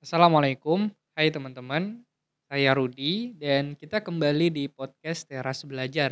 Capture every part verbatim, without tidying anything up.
Assalamualaikum, hai teman-teman. Saya Rudi dan kita kembali di podcast Teras Belajar.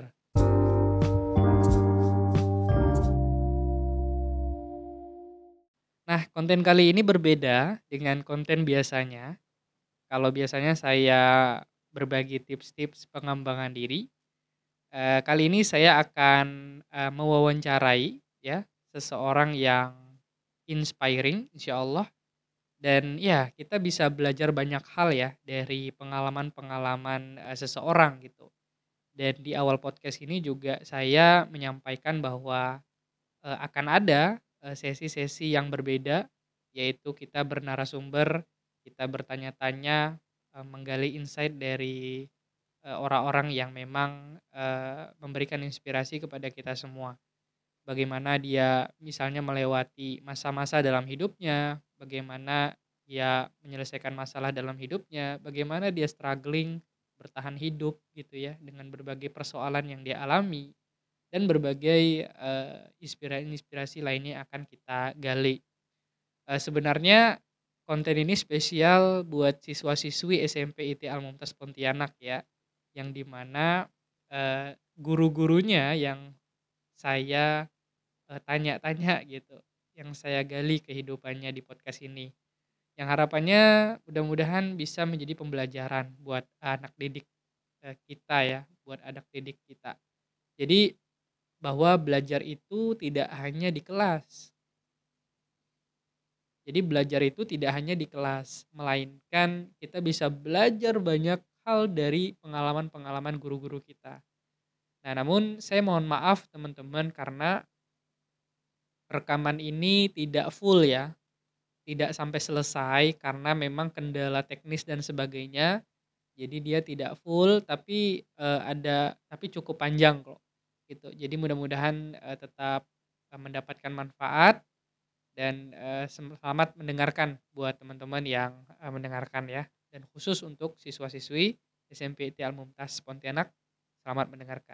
Nah, konten kali ini berbeda dengan konten biasanya. Kalau biasanya saya berbagi tips-tips pengembangan diri, eh, kali ini saya akan eh, mewawancarai ya seseorang yang inspiring, insya Allah. Dan ya, kita bisa belajar banyak hal ya dari pengalaman-pengalaman eh, seseorang gitu. Dan di awal podcast ini juga saya menyampaikan bahwa eh, akan ada eh, sesi-sesi yang berbeda, yaitu kita bernarasumber, kita bertanya-tanya, eh, menggali insight dari eh, orang-orang yang memang eh, memberikan inspirasi kepada kita semua. Bagaimana dia misalnya melewati masa-masa dalam hidupnya, bagaimana dia menyelesaikan masalah dalam hidupnya, bagaimana dia struggling bertahan hidup gitu ya dengan berbagai persoalan yang dia alami dan berbagai eh, inspirasi-inspirasi lainnya akan kita gali. Eh, sebenarnya konten ini spesial buat siswa-siswi S M P I T Al Mumtaz Pontianak ya, yang dimana eh, guru-gurunya yang saya Eee, tanya-tanya gitu, yang saya gali kehidupannya di podcast ini. Yang harapannya mudah-mudahan bisa menjadi pembelajaran buat anak didik, eee, kita ya, buat anak didik kita. Jadi bahwa belajar itu tidak hanya di kelas. Jadi belajar itu tidak hanya di kelas, melainkan kita bisa belajar banyak hal dari pengalaman-pengalaman guru-guru kita. Nah, namun saya mohon maaf teman-teman karena rekaman ini tidak full ya. Tidak sampai selesai karena memang kendala teknis dan sebagainya. Jadi dia tidak full tapi, eee, ada tapi cukup panjang kok, gitu. Jadi mudah-mudahan, eee, tetap, eee, mendapatkan manfaat dan, eee, sem selamat mendengarkan buat teman-teman yang, eee, mendengarkan ya. Dan khusus untuk siswa-siswi S M P I T Al Mumtaz Pontianak, selamat mendengarkan.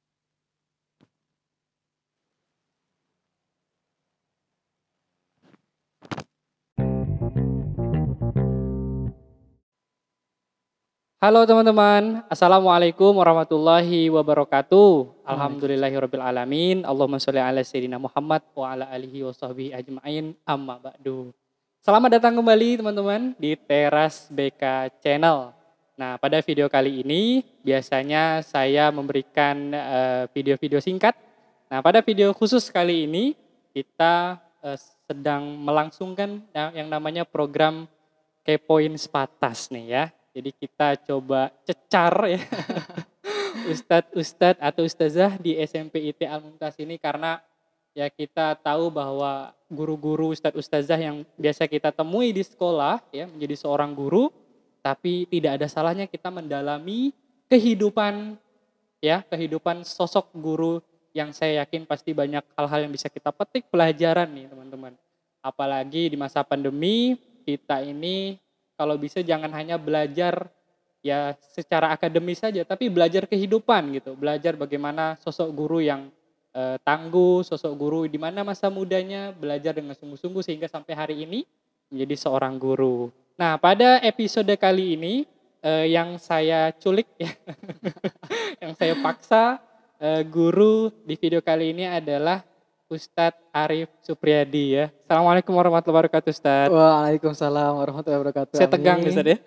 Halo teman-teman, Assalamualaikum warahmatullahi wabarakatuh. Waalaikumsalam. Alhamdulillahirabbil alamin. Allahumma sholli ala sayyidina Muhammad wa ala alihi wa sahbihi ajmain. Amma ba'du. Selamat datang kembali teman-teman di Teras B K Channel. Nah, pada video kali ini biasanya saya memberikan eh, video-video singkat. Nah, pada video khusus kali ini kita eh, sedang melangsungkan ya- yang namanya program Kepoin Sepatas nih ya. Jadi kita coba cecar ya ustadz-ustadz atau ustazah di S M P I T Al Mumtaz ini karena ya kita tahu bahwa guru-guru ustadz ustazah yang biasa kita temui di sekolah ya menjadi seorang guru, tapi tidak ada salahnya kita mendalami kehidupan ya kehidupan sosok guru yang saya yakin pasti banyak hal-hal yang bisa kita petik pelajaran nih teman-teman. Apalagi di masa pandemi kita ini kalau bisa jangan hanya belajar ya secara akademis saja, tapi belajar kehidupan gitu, belajar bagaimana sosok guru yang eh, tangguh, sosok guru di mana masa mudanya belajar dengan sungguh-sungguh sehingga sampai hari ini menjadi seorang guru. Nah, pada episode kali ini eh, yang saya culik ya, yang saya paksa eh, guru di video kali ini adalah Ustadz Arif Supriyadi ya. Assalamualaikum warahmatullahi wabarakatuh Ustadz. Waalaikumsalam warahmatullahi wabarakatuh. Saya tegang nih Amin. Ustadz ya.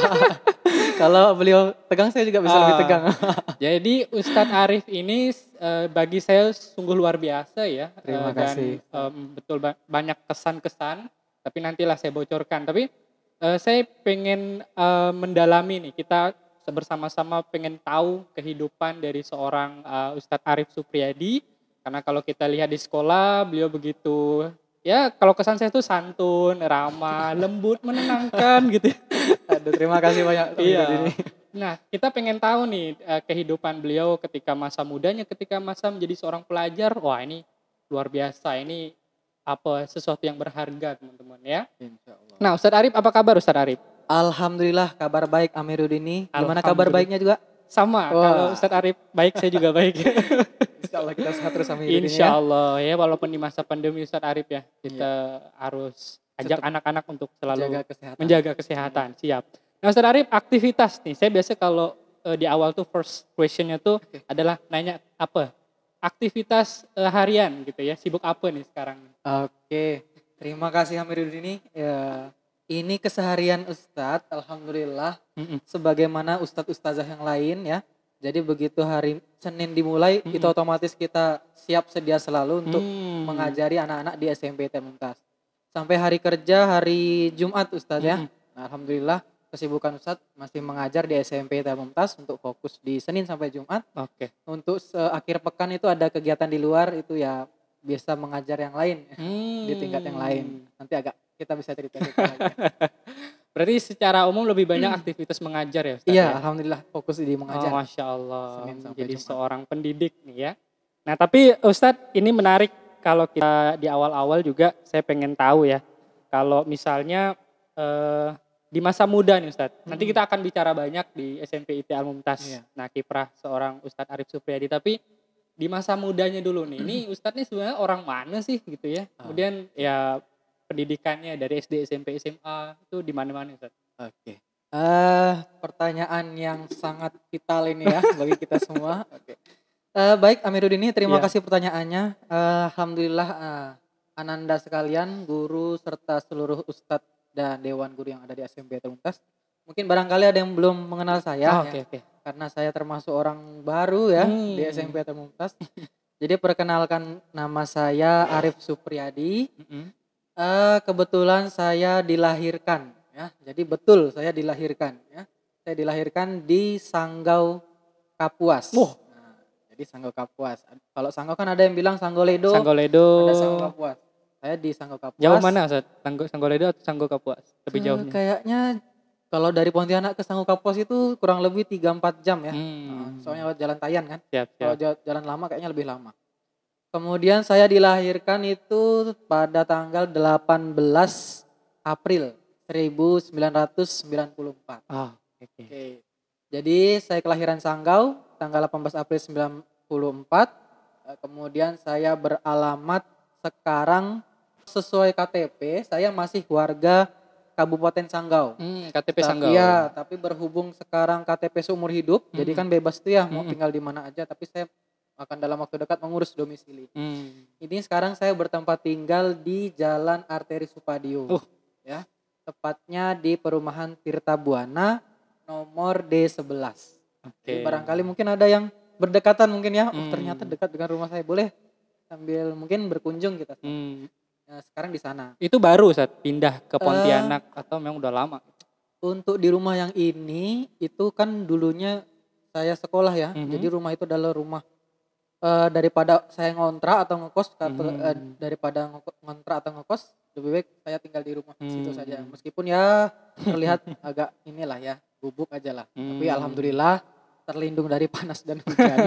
Kalau beliau tegang saya juga bisa lebih Ah, tegang. Jadi Ustadz Arif ini eh, bagi saya sungguh luar biasa ya eh, Terima dan kasih. em, betul ba- banyak kesan-kesan. Tapi nantilah saya bocorkan. Tapi eh, saya pengen eh, mendalami nih kita bersama-sama pengen tahu kehidupan dari seorang eh, Ustadz Arif Supriyadi. Karena kalau kita lihat di sekolah beliau begitu ya kalau kesan saya tuh santun, ramah, lembut, menenangkan gitu. Aduh, terima kasih banyak Om Irudi Iya. ini. Nah, kita pengen tahu nih eh, kehidupan beliau ketika masa mudanya, ketika masa menjadi seorang pelajar. Wah, ini luar biasa. Ini apa sesuatu yang berharga, teman-teman ya. Insyaallah. Nah, Ustadz Arif, apa kabar Ustadz Arif? Alhamdulillah kabar baik Amirudi ini. Gimana kabar Alhamdulillah. baiknya juga? Sama, Wah. kalau Ustadz Arif baik, saya juga baik. Insyaallah kita sehat terus Amirudi ini Insya ya. Allah ya, walaupun di masa pandemi Ustadz Arif ya, kita harus ajak Tetap anak-anak untuk selalu jaga kesehatan. menjaga Iya. kesehatan. Siap. Nah, Ustaz Arif, aktivitas nih. Saya biasa kalau eh, di awal tuh first questionnya tuh Oke. adalah nanya apa? Aktivitas eh, harian gitu ya. Sibuk apa nih sekarang? Oke. Terima kasih Amiruddin ini. Ya, ini keseharian Ustadz, alhamdulillah Mm-mm. sebagaimana Ustadz Ustazah yang lain ya. Jadi begitu hari Senin dimulai, itu Mm-mm. otomatis kita siap sedia selalu untuk Hmm. mengajari anak-anak di S M P T Mumtaz. Sampai hari kerja hari Jumat Ustadz ya. Mm-mm. Nah, alhamdulillah kesibukan Ustadz masih mengajar di S M P T Mumtaz untuk fokus di Senin sampai Jumat. Oke. Untuk se- akhir pekan itu ada kegiatan di luar, itu ya biasa mengajar yang lain di tingkat yang lain. Hmm. Nanti agak kita bisa cerita-cerita lagi ya. Berarti secara umum lebih banyak aktivitas mengajar ya Ustaz Iya, ya? alhamdulillah fokus di Oh, mengajar. Masya Allah. Senin sampai Jadi Jumat. seorang pendidik nih ya. Nah, tapi Ustadz ini menarik kalau kita di awal-awal juga saya pengen tahu ya. Kalau misalnya eh, di masa muda nih Ustadz. Nanti kita akan bicara banyak di S M P I T Al-Mumtaz. Iya. Nah, kiprah seorang Ustadz Arif Supriyadi. Tapi di masa mudanya dulu nih. Ini Ustadz nih sebenarnya orang mana sih gitu ya. Ah. Kemudian ya pendidikannya dari S D, S M P, S M A itu di mana-mana Ustadz. Oke. Eh, pertanyaan yang sangat vital ini ya bagi kita semua. Oke. Eh, baik Amiruddin ini terima Iya. kasih pertanyaannya. Eh, alhamdulillah eh, Ananda sekalian, guru serta seluruh ustadz dan dewan guru yang ada di S M P T Mumtaz. Mungkin barangkali ada yang belum mengenal saya Oh, ya. Oke, oke. Karena saya termasuk orang baru ya Hmm. di S M P T Mumtaz. Jadi perkenalkan, nama saya Arif Supriyadi. Mm-mm. Eh, kebetulan saya dilahirkan ya. Jadi betul saya dilahirkan ya. Saya dilahirkan di Sanggau Kapuas. Wah. Nah, jadi Sanggau Kapuas. Kalau Sanggau kan ada yang bilang Sanggoledo, Sanggoledo. ada Sanggau Kapuas. Saya di Sanggau Kapuas. Jauh mana Ustaz? Sanggo Sanggoledo atau Sanggo Kapuas? Lebih Eh, jauhnya. Kayaknya kalau dari Pontianak ke Sanggau Kapuas itu kurang lebih tiga empat jam ya. Hmm. Nah, soalnya lewat jalan Tayan kan. Siap, Kalau siap. ja- jalan lama kayaknya lebih lama. Kemudian saya dilahirkan itu pada tanggal delapan belas April seribu sembilan ratus sembilan puluh empat. Ah, oke. oke. Oke. Jadi saya kelahiran Sanggau tanggal delapan belas April sembilan puluh empat. Eh, Kemudian saya beralamat sekarang sesuai K T P saya masih warga Kabupaten Sanggau. Hmm, K T P Ta- Sanggau. Iya, tapi berhubung sekarang K T P seumur hidup, jadi Mm-mm. kan bebas tuh ya mau Mm-mm. tinggal di mana aja. Tapi saya akan dalam waktu dekat mengurus domisili. Hmm. Ini sekarang saya bertempat tinggal di Jalan Arteri Supadio. Uh. Ya, tepatnya di Perumahan Tirta Buana nomor D sebelas. Jadi Oke. barangkali mungkin ada yang berdekatan mungkin ya. Oh, Hmm. ternyata dekat dengan rumah saya. Boleh sambil mungkin berkunjung kita. Hmm. Nah, sekarang di sana. Itu baru Ustaz pindah ke Pontianak atau memang udah lama? Untuk di rumah yang ini itu kan dulunya saya sekolah ya. Mhm. Jadi rumah itu adalah rumah eh, daripada saya ngontrak atau ngekos atau Mhm. eh, daripada ngeko- ngontrak atau ngekos, lebih baik saya tinggal di rumah situ Hmm. saja. Meskipun ya terlihat agak inilah ya, gubuk aja lah. Tapi Hmm. alhamdulillah terlindung dari panas dan hujan.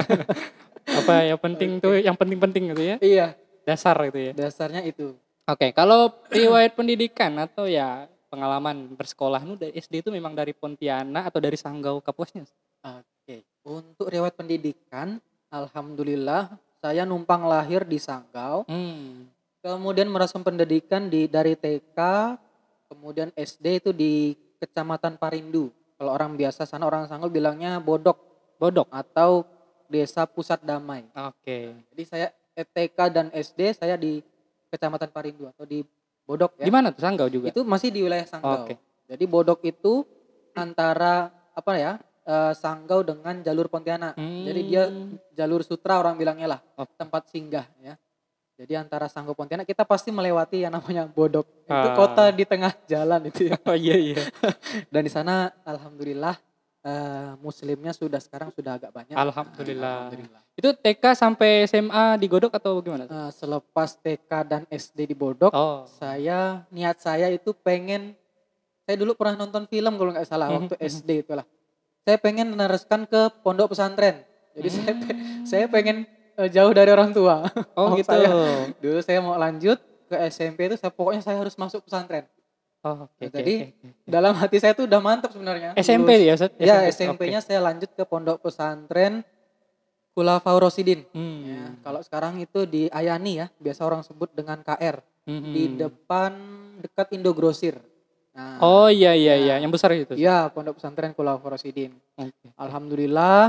Apa yang penting tuh, yang penting-penting gitu ya? Iya, Dasar gitu ya. dasarnya itu. Oke, kalau riwayat pendidikan atau ya pengalaman bersekolah nu dari S D itu memang dari Pontianak atau dari Sanggau Kapuasnya? Oke, untuk riwayat pendidikan, alhamdulillah saya numpang lahir di Sanggau. Hmm. Kemudian merasuk pendidikan di dari T K, kemudian S D itu di Kecamatan Parindu. Kalau orang biasa sana orang Sanggau bilangnya Bodok Bodok. atau Desa Pusat Damai. Oke. Jadi saya eh, T K dan S D saya di Kecamatan Parindu atau di Bodok ya. Di mana tuh Sanggau juga? Itu masih di wilayah Sanggau. Oke. Jadi Bodok itu antara apa ya? eh, Sanggau dengan jalur Pontianak. Jadi dia Hmm. jalur sutra orang bilangnya lah, Oke. tempat singgah ya. Jadi antara Sanggau Pontianak kita pasti melewati yang namanya Bodok. Itu Ah. kota di tengah jalan itu ya. Oh iya iya. Dan di sana alhamdulillah eh, muslimnya sudah sekarang sudah agak banyak. Alhamdulillah. Alhamdulillah. Itu T K sampai S M A di Godok atau gimana? Eh, selepas T K dan S D di Bodok, Oh. saya niat saya itu pengen, saya dulu pernah nonton film kalau nggak salah Mhm, waktu S D itulah. Saya pengen meneruskan ke pondok pesantren. Jadi saya pe- saya pengen eh, jauh dari orang tua. Oh Mau gitu. saya- Dulu saya mau lanjut ke S M P itu saya pokoknya saya harus masuk pesantren. Oh, oke, oke, Jadi, oke, oke. Dalam hati saya tuh udah mantap sebenarnya. S M P Lulus. ya Ustaz? Ya, S M P, S M P-nya saya lanjut ke pondok pesantren Khulafaur Rasyidin. oke. Hmm. Ya, kalau sekarang itu di Ayani ya, biasa orang sebut dengan K R. Hmm. Di depan dekat Indogrosir. Nah, Oh iya iya iya, ya, yang besar itu. iya Pondok Pesantren Khulafaur Rasyidin. Oke. Alhamdulillah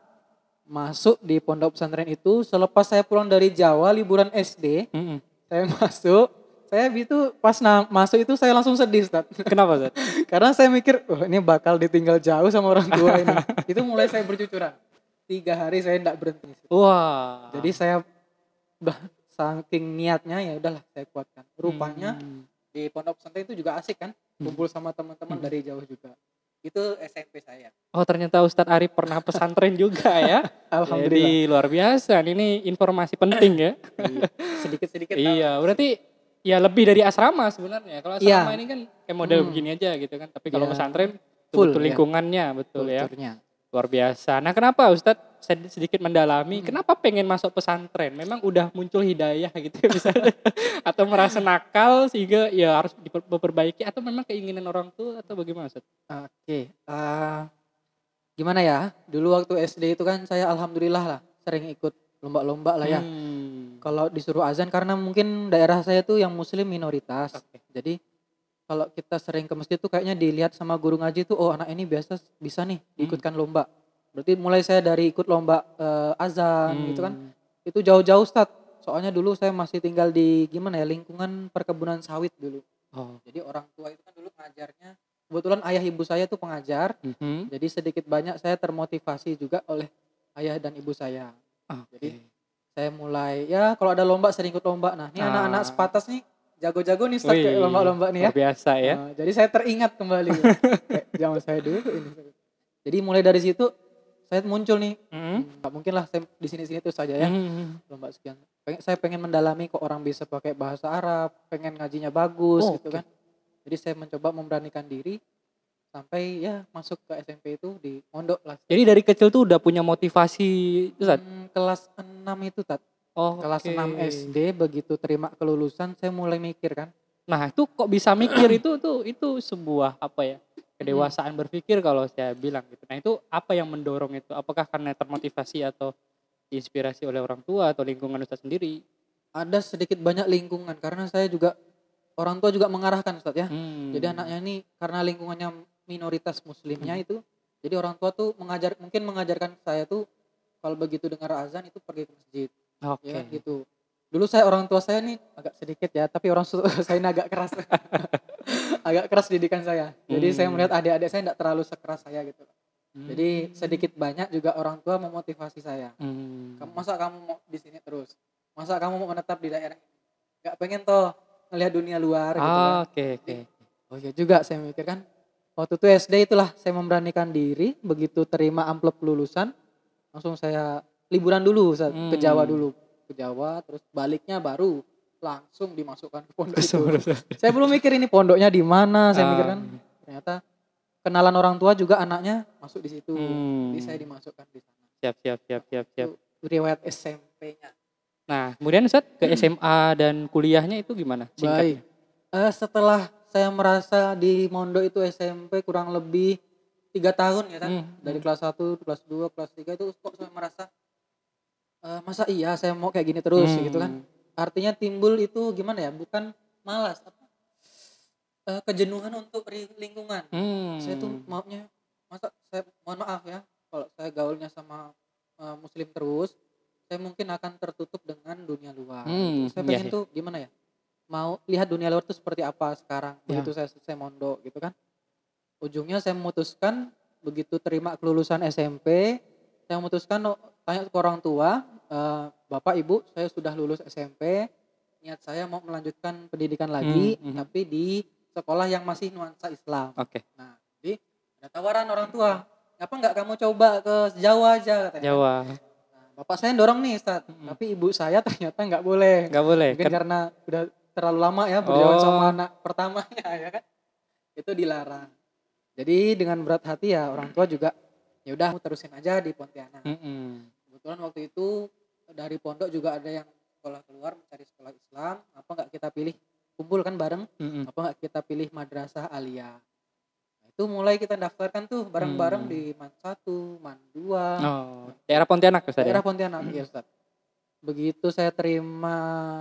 masuk di pondok pesantren itu selepas saya pulang dari Jawa liburan S D, Mm-mm. saya masuk, saya itu pas na- masuk itu saya langsung sedih, Ustaz. Kenapa, Ustaz? Karena saya mikir, oh ini bakal ditinggal jauh sama orang tua ini. Itu mulai saya bercucuran. Tiga hari saya tidak berhenti. Wah. Jadi saya udah saking niatnya ya udahlah saya kuatkan. Rupanya Hmm. di pondok pesantren itu juga asik kan, kumpul sama teman-teman Hmm. dari jauh juga. Itu S M P saya. Oh ternyata Ustadz Arif pernah pesantren juga ya. Alhamdulillah. Jadi luar biasa. Ini informasi penting ya. Iya, sedikit-sedikit tahu. Iya, berarti ya lebih dari asrama sebenarnya. Kalau asrama Iya. ini kan kayak model Hmm. begini aja gitu kan. Tapi kalau Iya. pesantren Full, betul ya. lingkungannya betul ya. Kulturnya. Luar biasa. Nah kenapa Ustadz sed- sedikit mendalami, Hmm. kenapa pengen masuk pesantren? Memang udah muncul hidayah gitu ya misalnya. Atau merasa nakal sehingga ya harus diper- diperbaiki. Atau memang keinginan orang tua atau bagaimana Ustadz? Oke, eh, gimana ya? Dulu waktu S D itu kan saya alhamdulillah lah sering ikut lomba-lomba lah ya. Hmm. Kalau disuruh azan karena mungkin daerah saya tuh yang muslim minoritas. Oke. Jadi kalau kita sering ke masjid tuh kayaknya dilihat sama guru ngaji tuh, oh anak ini biasa bisa nih diikutkan lomba. Berarti mulai saya dari ikut lomba eh, azan gitu kan. Hmm. Itu jauh-jauh Ustaz. Soalnya dulu saya masih tinggal di gimana ya, lingkungan perkebunan sawit dulu. Oh. Jadi orang tua itu kan dulu ngajarnya, kebetulan ayah ibu saya tuh pengajar. Mhm. Jadi sedikit banyak saya termotivasi juga oleh ayah dan ibu saya. Oke. Jadi saya mulai ya kalau ada lomba sering ikut lomba. Nah ini Ah. anak-anak sepatas nih jago-jago nih Ustaz kayak Wih, lomba-lomba nih ya. luar biasa ya. Nah, jadi saya teringat kembali kayak zaman saya dulu ini. Jadi mulai dari situ saya muncul nih, Mhm. nggak mungkin lah saya di sini-sini terus saja ya. Mhm. Lomba sekian. Pengen, saya pengen mendalami kok orang bisa pakai bahasa Arab, pengen ngajinya bagus Oh, gitu oke. kan. Jadi saya mencoba memberanikan diri sampai ya masuk ke S M P itu di Mondok lah. Jadi dari kecil tuh udah punya motivasi Ustaz? Hmm, kelas enam itu Tat. Oh, Kelas oke. enam S D begitu terima kelulusan saya mulai mikir kan. Nah, itu kok bisa mikir itu tuh itu sebuah apa ya? Kedewasaan berpikir kalau saya bilang gitu. Nah, itu apa yang mendorong itu? Apakah karena termotivasi atau diinspirasi oleh orang tua atau lingkungan Ustaz sendiri? Ada sedikit banyak lingkungan karena saya juga orang tua juga mengarahkan Ustaz ya. Hmm. Jadi anaknya ini karena lingkungannya minoritas muslimnya itu, jadi orang tua tuh mengajar mungkin mengajarkan saya tuh kalau begitu dengar azan itu pergi ke masjid. Oke. Ya gitu. Dulu saya orang tua saya nih agak sedikit ya, tapi orang tua saya ini agak keras. agak keras didikan saya. Jadi saya Hmm. melihat adik-adik saya tidak terlalu sekeras saya gitu. Hmm. Jadi sedikit banyak juga orang tua memotivasi saya. Hmm. Kamu masa kamu mau di sini terus? Masa kamu mau menetap di daerah ini? Gak pengen toh ngelihat dunia luar gitu kan. Ah, oke oke. Oh iya juga saya mikir kan. Waktu itu S D itulah saya memberanikan diri, begitu terima amplop lulusan, langsung saya liburan dulu Ustaz, ke Hmm. Jawa dulu. Ke Jawa terus baliknya baru langsung dimasukkan ke pondok itu. Terus. Saya belum mikir ini pondoknya di mana, saya mikir kan. Ah. Ternyata kenalan orang tua juga anaknya masuk di situ. Hmm. Jadi saya dimasukkan di sana. Siap siap siap siap siap. Itu riwayat S M P-nya. Nah, kemudian Ustaz ke S M A dan kuliahnya itu gimana? Baik. Eh, setelah saya merasa di Mondo itu S M P kurang lebih tiga tahun ya kan. Hmm, Dari hmm. kelas satu, kelas dua, kelas tiga itu kok saya merasa eh, masa iya saya mau kayak gini terus Hmm. gitu kan. Artinya timbul itu gimana ya? Bukan malas, apa? Eh, kejenuhan untuk ri- lingkungan. Hmm. Saya tuh maunya masa saya mohon maaf ya kalau saya gaulnya sama eh, muslim terus, saya mungkin akan tertutup dengan dunia luar. Hmm, Saya iya, pengen iya. tuh gimana ya? Mau lihat dunia luar tuh seperti apa sekarang Ya. begitu saya selesai mondok gitu kan. Ujungnya saya memutuskan begitu terima kelulusan S M P, saya memutuskan oh, tanya ke orang tua, eh, Bapak Ibu, saya sudah lulus S M P, niat saya mau melanjutkan pendidikan lagi Hmm, hmm. tapi di sekolah yang masih nuansa Islam. Oke. Nah, jadi ada tawaran orang tua, "Kenapa nggak kamu coba ke Jawa aja?" katanya. Jawa. Nah, bapak saya dorong nih, Ustaz. Mm-mm. Tapi ibu saya ternyata nggak boleh. Nggak boleh. Mungkin Ken- karena udah terlalu lama ya berjalan Oh. sama anak pertamanya ya kan. Itu dilarang. Jadi dengan berat hati ya orang tua juga ya udah kamu terusin aja di Pontianak. Mm-mm. Kebetulan waktu itu dari pondok juga ada yang sekolah keluar mencari sekolah Islam, apa nggak kita pilih kumpul kan bareng, Mm-mm. apa nggak kita pilih madrasah aliyah. Nah, itu mulai kita daftarkan tuh bareng-bareng Hmm. di Man satu, Man dua, Oh, daerah Pontianak Ustaz ya? daerah Pontianak ya Ustaz. Begitu saya terima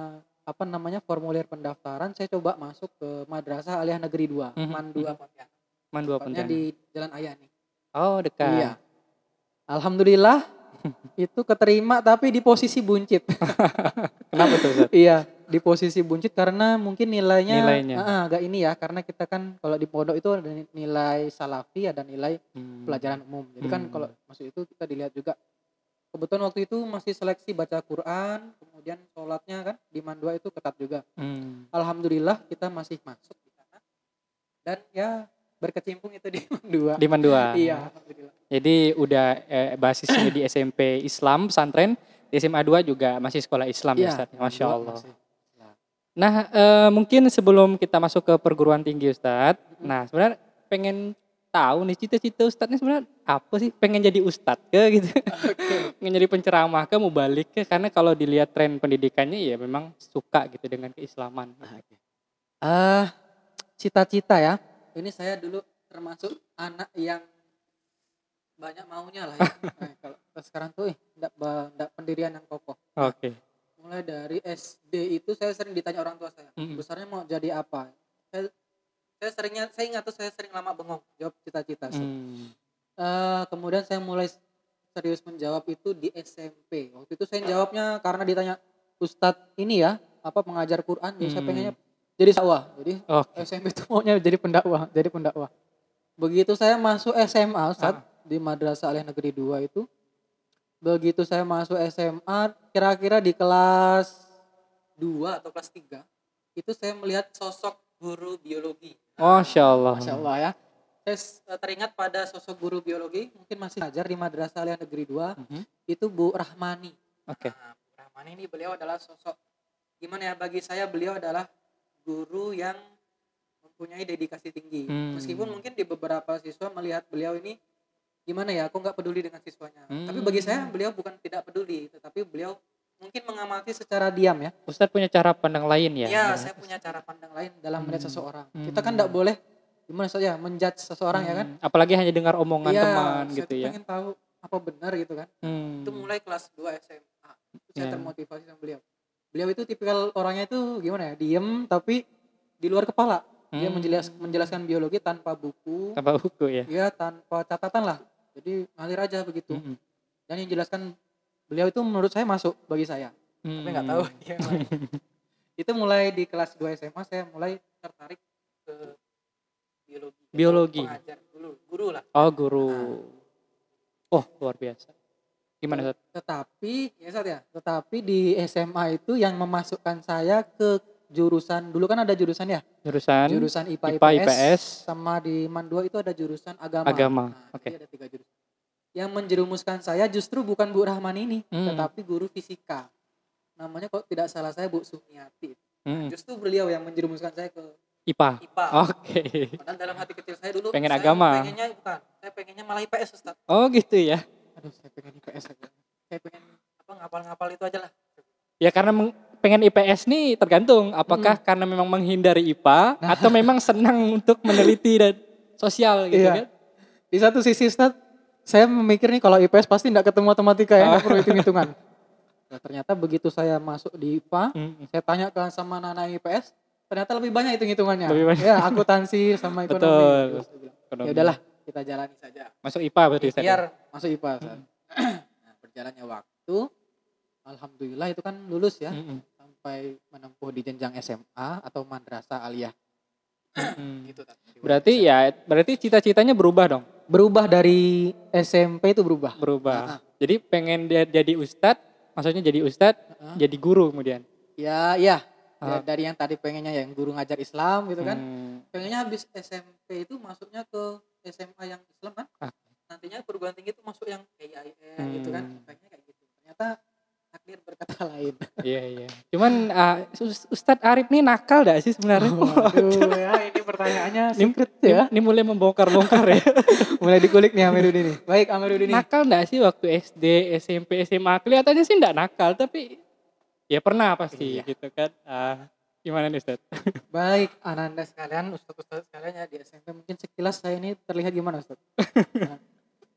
apa namanya, formulir pendaftaran, saya coba masuk ke Madrasah Aliyah Negeri dua, Mhm Man mhm. dua Pontianak. Man dua Tepatnya Pontianak. di Jalan Ayani. Oh, dekat. Iya. Alhamdulillah itu keterima tapi di posisi buncit. Kenapa tuh, Ustaz? Iya, di posisi buncit karena mungkin nilainya Nilainya? heeh, agak ini ya, karena kita kan kalau di pondok itu ada ni- nilai salafi, ada nilai Mmm. pelajaran umum. Jadi kan kalau Mmm. masuk itu kita dilihat juga. Kebetulan waktu itu masih seleksi baca Quran, kemudian sholatnya kan di Man dua itu ketat juga. Mmm. Alhamdulillah kita masih masuk di sana dan ya berkecimpung itu di Man dua. Di Man dua. Iya, alhamdulillah. Jadi udah, eee, basisnya di S M P Islam, pesantren, di S M A dua juga masih sekolah Islam ya, Iya, Ustaz? di Man Masya dua Allah. masih. Nah, Nah, eee, mungkin sebelum kita masuk ke perguruan tinggi Ustadz, mm-mm. nah sebenarnya pengen tahu nih cita-cita Ustadz nih sebenarnya apa sih? Pengen jadi Ustadz ke gitu? Oke. Pengen jadi penceramah ke? Mau balik ke? Karena kalau dilihat tren pendidikannya ya memang suka gitu dengan keislaman. Eh, cita-cita ya. Ini saya dulu termasuk anak yang banyak maunya lah ya. Eh, kalau sekarang tuh eh, enggak, enggak pendirian yang kokoh. Nah, Oke. mulai dari S D itu saya sering ditanya orang tua saya, Mm-mm. besarnya mau jadi apa? Saya, saya seringnya, saya ingat tuh saya sering lama bengong jawab cita-cita. Hmm. Eh, kemudian saya mulai serius menjawab itu di S M P. Waktu itu saya jawabnya karena ditanya Ustadz ini ya, apa pengajar Quran, jadi saya pengennya Hmm. jadi dakwah. Jadi Oke. S M P itu maunya jadi pendakwah, jadi pendakwah. Begitu saya masuk S M A Ustadz, Ah. di Madrasah Aliyah Negeri dua itu, begitu saya masuk S M A, kira-kira di kelas dua atau kelas tiga, itu saya melihat sosok guru biologi. Masya Allah. Masya Allah ya. Saya s- teringat pada sosok guru biologi, mungkin masih ngajar di Madrasah Aliyah Negeri dua, Mhm. itu Bu Rahmani. Oke. Nah, Bu Rahmani ini beliau adalah sosok, gimana ya, bagi saya beliau adalah guru yang mempunyai dedikasi tinggi. Hmm. Meskipun mungkin di beberapa siswa melihat beliau ini gimana ya, aku nggak peduli dengan siswanya. Hmm. Tapi bagi saya beliau bukan tidak peduli, tetapi beliau mungkin mengamati secara diam ya. Ustadz punya cara pandang lain ya? Iya, saya punya cara pandang lain dalam melihat Hmm. seseorang. Hmm. Kita kan nggak boleh gimana saja menjudge seseorang ya kan. Hmm. Apalagi hanya dengar omongan Iya, teman saya gitu tuh ya? pengen tahu apa benar gitu kan. Hmm. Itu mulai kelas dua S M A. Itu saya Ya. termotivasi sama beliau. Beliau itu tipikal orangnya itu gimana ya, diem tapi di luar kepala. Dia Hmm. menjelas, menjelaskan biologi tanpa buku, Tanpa buku ya? ya tanpa catatan lah. Jadi ngalir aja begitu. Mm-mm. Dan yang jelaskan beliau itu menurut saya masuk bagi saya. Hmm. Tapi nggak tahu dia mana. Itu mulai di kelas dua S M A saya mulai tertarik ke biologi. Itu Biologi. pengajar dulu, guru lah. Oh, guru. Oh, luar biasa. Gimana, Ustadz? Tetapi ya Sat ya, tetapi di S M A itu yang memasukkan saya ke jurusan, dulu kan ada jurusan ya, Jurusan jurusan I P A I P A, I P S, I P S, sama di Man dua itu ada jurusan agama. agama. Nah, Oke. jadi ada tiga jurusan. Yang menjerumuskan saya justru bukan Bu Rahman ini, Hmm. tetapi guru fisika. Namanya kok tidak salah saya Bu Sumiati. Hmm. Justru beliau yang menjerumuskan saya ke I P A. I P A. Oke. Padahal dalam hati kecil saya dulu Pengen saya agama. pengennya bukan, saya pengennya malah I P S Ustaz. Oh, gitu ya. Aduh, saya pengen I P S aja. Saya pengen apa ngapal-ngapal itu aja lah. Ya karena meng- pengen I P S nih tergantung apakah karena memang menghindari I P A atau memang senang untuk meneliti dan sosial gitu Iya. kan. Di satu sisi Ustaz, saya memikir nih kalau I P S pasti enggak ketemu matematika ya, enggak Oh. perlu hitung-hitungan. Nah, ternyata begitu saya masuk di I P A, Hmm. saya tanya ke sama anak-anak I P S, ternyata lebih banyak hitung-hitungannya. Lebih banyak. Ya, akuntansi sama ekonomi. Betul. Terus dia bilang, Ekonomi. ya udahlah, kita jalani saja. Masuk I P A berarti Ustadz ya? Biar masuk I P A Ustaz. Nah, berjalannya waktu, alhamdulillah itu kan lulus ya, Mm-mm. sampai menempuh di jenjang S M A atau Madrasah Aliyah. Mm-mm. Gitu Ustaz. Berarti ya berarti cita-citanya berubah dong. Berubah dari S M P itu berubah. Berubah. Ah, Jadi pengen dia jadi ustadz, maksudnya jadi ustadz, ah. jadi guru kemudian. Ya, iya. Ya, Ah. dari yang tadi pengennya yang guru ngajar Islam gitu kan. Hmm. Pengennya habis S M P itu masuknya ke S M A yang Islam kan. Ah. Nantinya perguruan tinggi itu masuk yang K I N gitu kan. Hmm. Pengennya kayak gitu. Ternyata takdir berkata lain. Iya iya. Cuman ah, Ust- Ustadz Arif nih nakal gak sih sebenarnya? Waduh, ya ini pertanyaannya Ini, secret ini, ya. ini mulai membongkar-bongkar ya. Mulai dikulik nih Amiruddin nih. Baik Amiruddin nih. Nakal gak sih waktu S D, S M P, S M A? Kelihatannya sih gak nakal, tapi ya pernah pasti Iya. gitu kan. Ah, gimana nih Ustadz? Baik Ananda sekalian, Ustaz-Ustaz sekalian ya di S M P mungkin sekilas saya ini terlihat gimana Ustaz? Nah,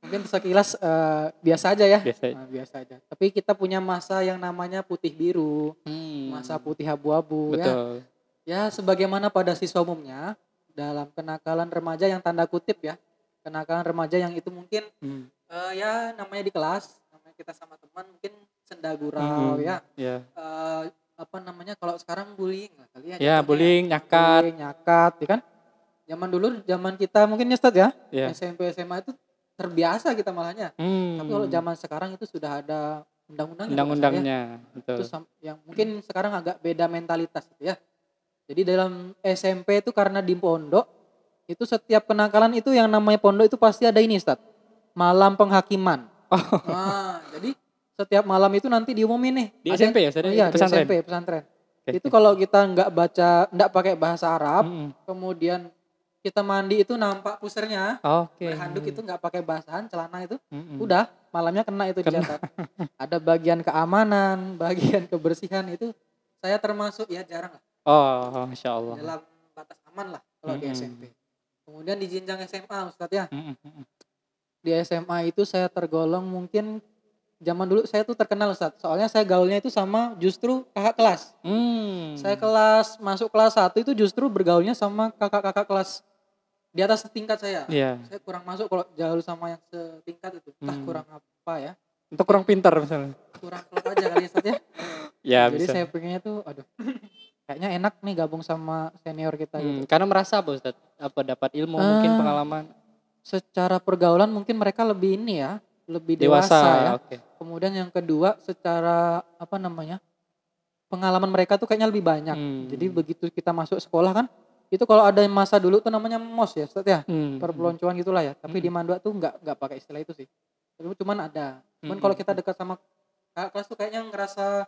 Mungkin sekilas eh, biasa aja ya. Biasa. Nah, biasa aja. Tapi kita punya masa yang namanya putih biru, Hmm, masa putih abu-abu ya. betul. Ya sebagaimana pada siswa umumnya dalam kenakalan remaja yang tanda kutip ya. Kenakalan remaja yang itu mungkin Hmm. eh, ya namanya di kelas, namanya kita sama teman mungkin senda gurau Hmm, ya. ya. Eh, apa namanya kalau sekarang bullying lah kali ya Ya, jatuhnya bullying, nyakat. bullying, nyakat ya kan. Zaman dulu zaman kita mungkin nyestat ya. Ya. S M P S M A itu terbiasa kita malahnya. Tapi kalau Hmm. zaman sekarang itu sudah ada undang-undangnya kalau nggak salah ya. Undang-undangnya, betul. Itu sam- yang mungkin sekarang agak beda mentalitas gitu ya. Jadi dalam S M P itu karena di pondok itu setiap kenakalan itu yang namanya pondok itu pasti ada ini Ustaz. Malam penghakiman. Oh, Nah, jadi setiap malam itu nanti diumumin nih. di Ada S M P ya, yang- Ustaz? oh iya, Di di pesantren? S M P, pesantren. Oke, Itu oke. kalau kita nggak baca, nggak pakai bahasa Arab, Mm-mm. kemudian kita mandi itu nampak pusernya, Oke. berhanduk itu nggak pakai basahan, celana itu, Mm-mm. udah malamnya kena itu Kena. dicatat. Ada bagian keamanan, bagian kebersihan itu saya termasuk ya jarang lah, Oh, Masya Allah. dalam batas aman lah kalau di Mm-mm. S M P. Kemudian di jenjang S M A Ustadz ya, Mm-mm, mm-mm. di S M A itu saya tergolong mungkin zaman dulu saya tuh terkenal Ustadz, soalnya saya gaulnya itu sama justru kakak kelas. Hmm. Saya kelas masuk kelas satu itu justru bergaulnya sama kakak-kakak kelas di atas tingkat saya. Iya. Saya kurang masuk kalau gaul sama yang setingkat itu. Entah Hmm. kurang apa ya. Untuk kurang pintar misalnya. Kurang klop aja kali ya Ustadz ya. Ya, Jadi bisa. saya pengennya tuh aduh. Kayaknya enak nih gabung sama senior kita Hmm, gitu. karena merasa apa Ustaz? Apa dapat ilmu mungkin Ah, pengalaman Secara pergaulan mungkin mereka lebih ini ya, lebih dewasa, dewasa, ya. oke. Kemudian yang kedua secara apa namanya? Pengalaman mereka tuh kayaknya lebih banyak. Hmm. Jadi begitu kita masuk sekolah kan, itu kalau ada masa dulu tuh namanya mos ya, Ustadz ya. Hmm. Perpeloncoan gitulah ya. Tapi Hmm. di Mandua tuh nggak nggak pakai istilah itu sih. Tapi cuman ada. Cuman Hmm. kalau kita dekat sama kakak kelas tuh kayaknya ngerasa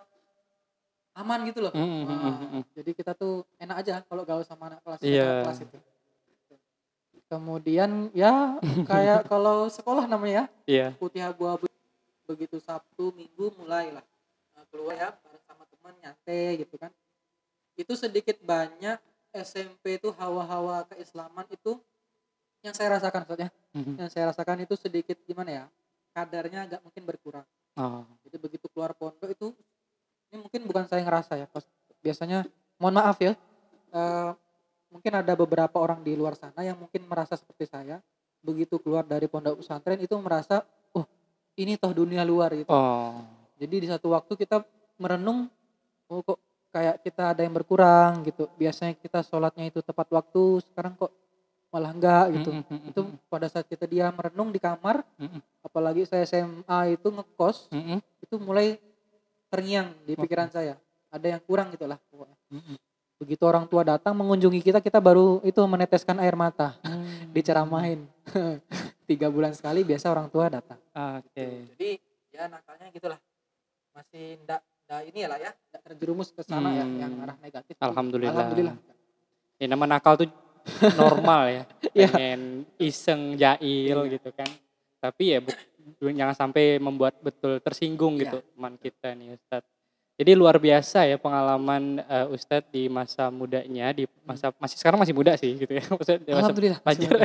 aman gitu loh. Hmm, hmm, Wah, hmm, hmm. jadi kita tuh enak aja kalau gaul sama anak kelas, Iya. kakak kelas itu. Kemudian ya kayak kalau sekolah namanya ya, Iya. putih abu-abu begitu Sabtu Minggu mulailah eh, keluar ya bareng sama teman nyantai gitu kan. Itu sedikit banyak S M P itu hawa-hawa keislaman itu yang saya rasakan Ustaz ya. Hmm. Yang saya rasakan itu sedikit gimana ya, kadarnya agak mungkin berkurang. Oh. Jadi begitu keluar pondok itu, ini mungkin bukan saya ngerasa ya, pas biasanya mohon maaf ya, eh, mungkin ada beberapa orang di luar sana yang mungkin merasa seperti saya, begitu keluar dari pondok pesantren itu merasa, oh ini toh dunia luar gitu. Oh. Jadi di satu waktu kita merenung, oh kok kayak kita ada yang berkurang gitu. Biasanya kita sholatnya itu tepat waktu, sekarang kok malah enggak gitu. Hmm, hmm, hmm, Itu hmm. pada saat kita dia merenung di kamar, Hmm, apalagi saya S M A itu ngekos, hmm, hmm. itu mulai terngiang di Oke. pikiran saya. Ada yang kurang gitu lah pokoknya. Hmm, Begitu orang tua datang mengunjungi kita, kita baru itu meneteskan air mata, hmm. diceramahin. Tiga bulan sekali biasa orang tua datang. Oke. Jadi ya nakalnya gitulah. Masih ndak ndak ini ya lah ya, ndak terjerumus ke sana ya Hmm. yang arah negatif. Alhamdulillah. Alhamdulillah. Ya nama nakal tuh normal ya. Iya. Pengen iseng jail Iya. gitu kan. Tapi ya bu- jangan sampai membuat betul tersinggung Iya. gitu teman kita nih Ustadz. Jadi luar biasa ya pengalaman eh, Ustadz di masa mudanya, di masa masih sekarang masih muda sih gitu ya. Maksudnya dewasa Alhamdulillah. masih pelajar. muda.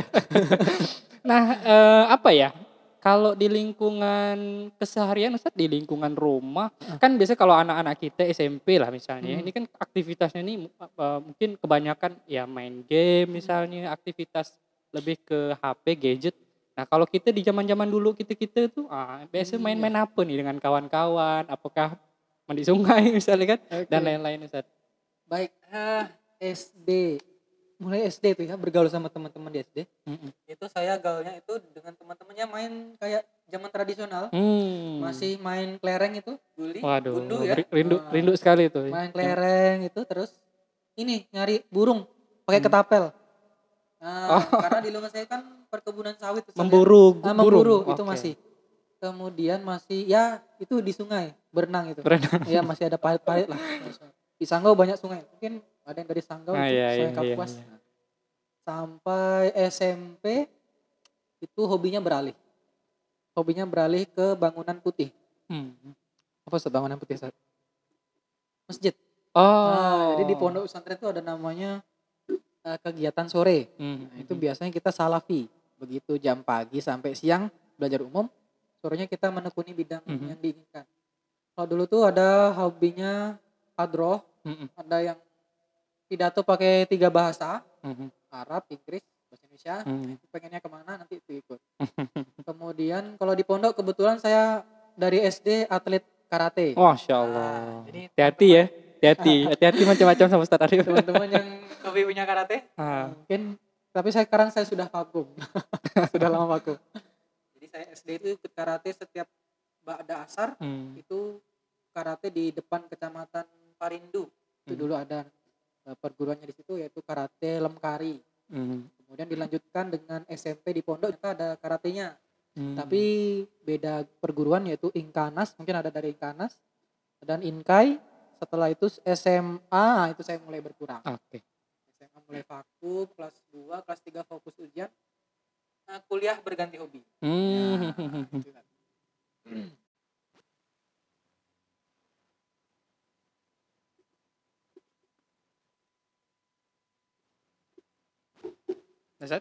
Nah, eh, apa ya? Kalau di lingkungan keseharian Ustadz, di lingkungan rumah, kan biasanya kalau anak-anak kita S M P lah misalnya, Hmm. ini kan aktivitasnya ini eh, mungkin kebanyakan ya main game misalnya, aktivitas lebih ke H P, gadget. Nah, kalau kita di zaman-zaman dulu kita-kita tuh ah, biasanya Hmm, main-main apa nih dengan kawan-kawan? Apakah mandi sungai misalnya kan dan Oke. lain-lain Ustadz. Baik, eh, S D. Mulai S D tuh ya bergaul sama teman-teman di S D. Mm-mm. Itu saya gaulnya itu dengan teman-temannya main kayak zaman tradisional. Hmm. Masih main kelereng itu, guli, Waduh, gundu ya. ri- rindu Nah, rindu sekali tuh. main kelereng itu terus ini nyari burung pakai Hmm. ketapel. Nah, Oh. karena di lingkungan saya kan perkebunan sawit Ustaz ya. Memburu Ah, burung. memburu itu Oke. masih. Kemudian masih ya itu di sungai berenang itu. Berenang. Ya masih ada pahit-pahit lah. Di Sanggau banyak sungai. Mungkin ada yang dari Sanggau Ah, itu iya, Sungai iya, Kapuas. iya, iya. Nah, sampai S M P itu hobinya beralih. Hobinya beralih ke bangunan putih. Hmm. Apa Ustaz bangunan putih Ustaz? Masjid. Oh. Nah, jadi di pondok pesantren itu ada namanya eh, kegiatan sore. Hmm. Nah, itu biasanya kita salafi. Begitu jam pagi sampai siang belajar umum, sorenya kita menekuni bidang Mhm. yang diinginkan. Kalau dulu tuh ada hobinya hadroh, Mhm. ada yang pidato pakai tiga bahasa, Mhm. Arab, Inggris, bahasa Indonesia. Nah, Mhm. itu pengennya kemana nanti itu ikut. Kemudian kalau di pondok kebetulan saya dari S D atlet karate. Masya Nah, Allah. jadi Hati-hati ya, teman-teman hati-hati, hati-hati macam-macam sama Ustadz Arif. teman-teman yang hobi punya karate, eh, Ah. mungkin tapi saya sekarang saya sudah vakum. Sudah lama vakum. Jadi saya S D itu ikut karate setiap ba'da asar, Hmm. itu karate di depan kecamatan Parindu. Itu Hmm. dulu ada eh, perguruannya di situ yaitu karate Lemkari. Hmm. Kemudian dilanjutkan dengan S M P di pondok kita ada karatenya. Hmm. Tapi beda perguruan yaitu Inkanas, mungkin ada dari Inkanas dan Inkai. Setelah itu S M A itu saya mulai berkurang. Oke. S M A mulai vakum, kelas dua, kelas tiga fokus ujian. Nah, kuliah berganti hobi. Hmm. Nah, itu kan. Ustadz?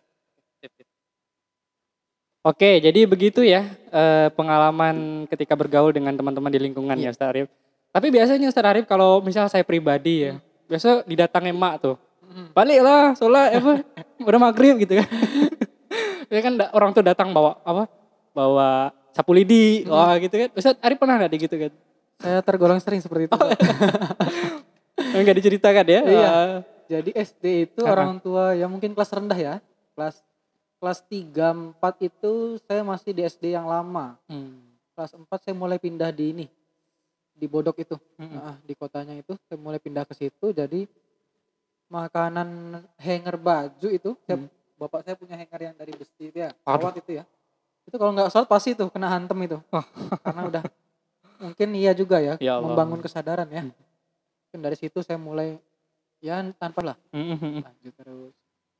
Oke, jadi begitu ya eh, pengalaman ketika bergaul dengan teman-teman di lingkungan ya Iya. Ustadz Arif. Tapi biasanya Ustadz Arif kalau misalnya saya pribadi ya, biasa didatangin emak tuh. Mm. Baliklah sholat apa udah maghrib gitu kan. Ya kan da- orang tuh datang bawa apa? Bawa sapu lidi, Mm. wah gitu kan. Ustadz Arif pernah nggak gitu kan? Saya tergolong sering seperti itu. Pak. Enggak diceritakan ya? Iya. Ah. Jadi S D itu Ah, ah. orang tua ya mungkin kelas rendah ya. Kelas kelas tiga, empat itu saya masih di S D yang lama. Hmm. Kelas empat saya mulai pindah di ini. Di Bodok itu. Mm-mm. Nah, di kotanya itu saya mulai pindah ke situ jadi makanan hanger baju itu saya, Hmm. bapak saya punya hanger yang dari besi itu ya. Aduh. Kawat itu ya. Itu kalau nggak sholat pasti tuh kena hantem itu. Oh. Karena udah mungkin iya juga ya, Ya Allah. membangun kesadaran ya. Hmm. Mungkin dari situ saya mulai ya tanpa lah Mm-mm. lanjut terus.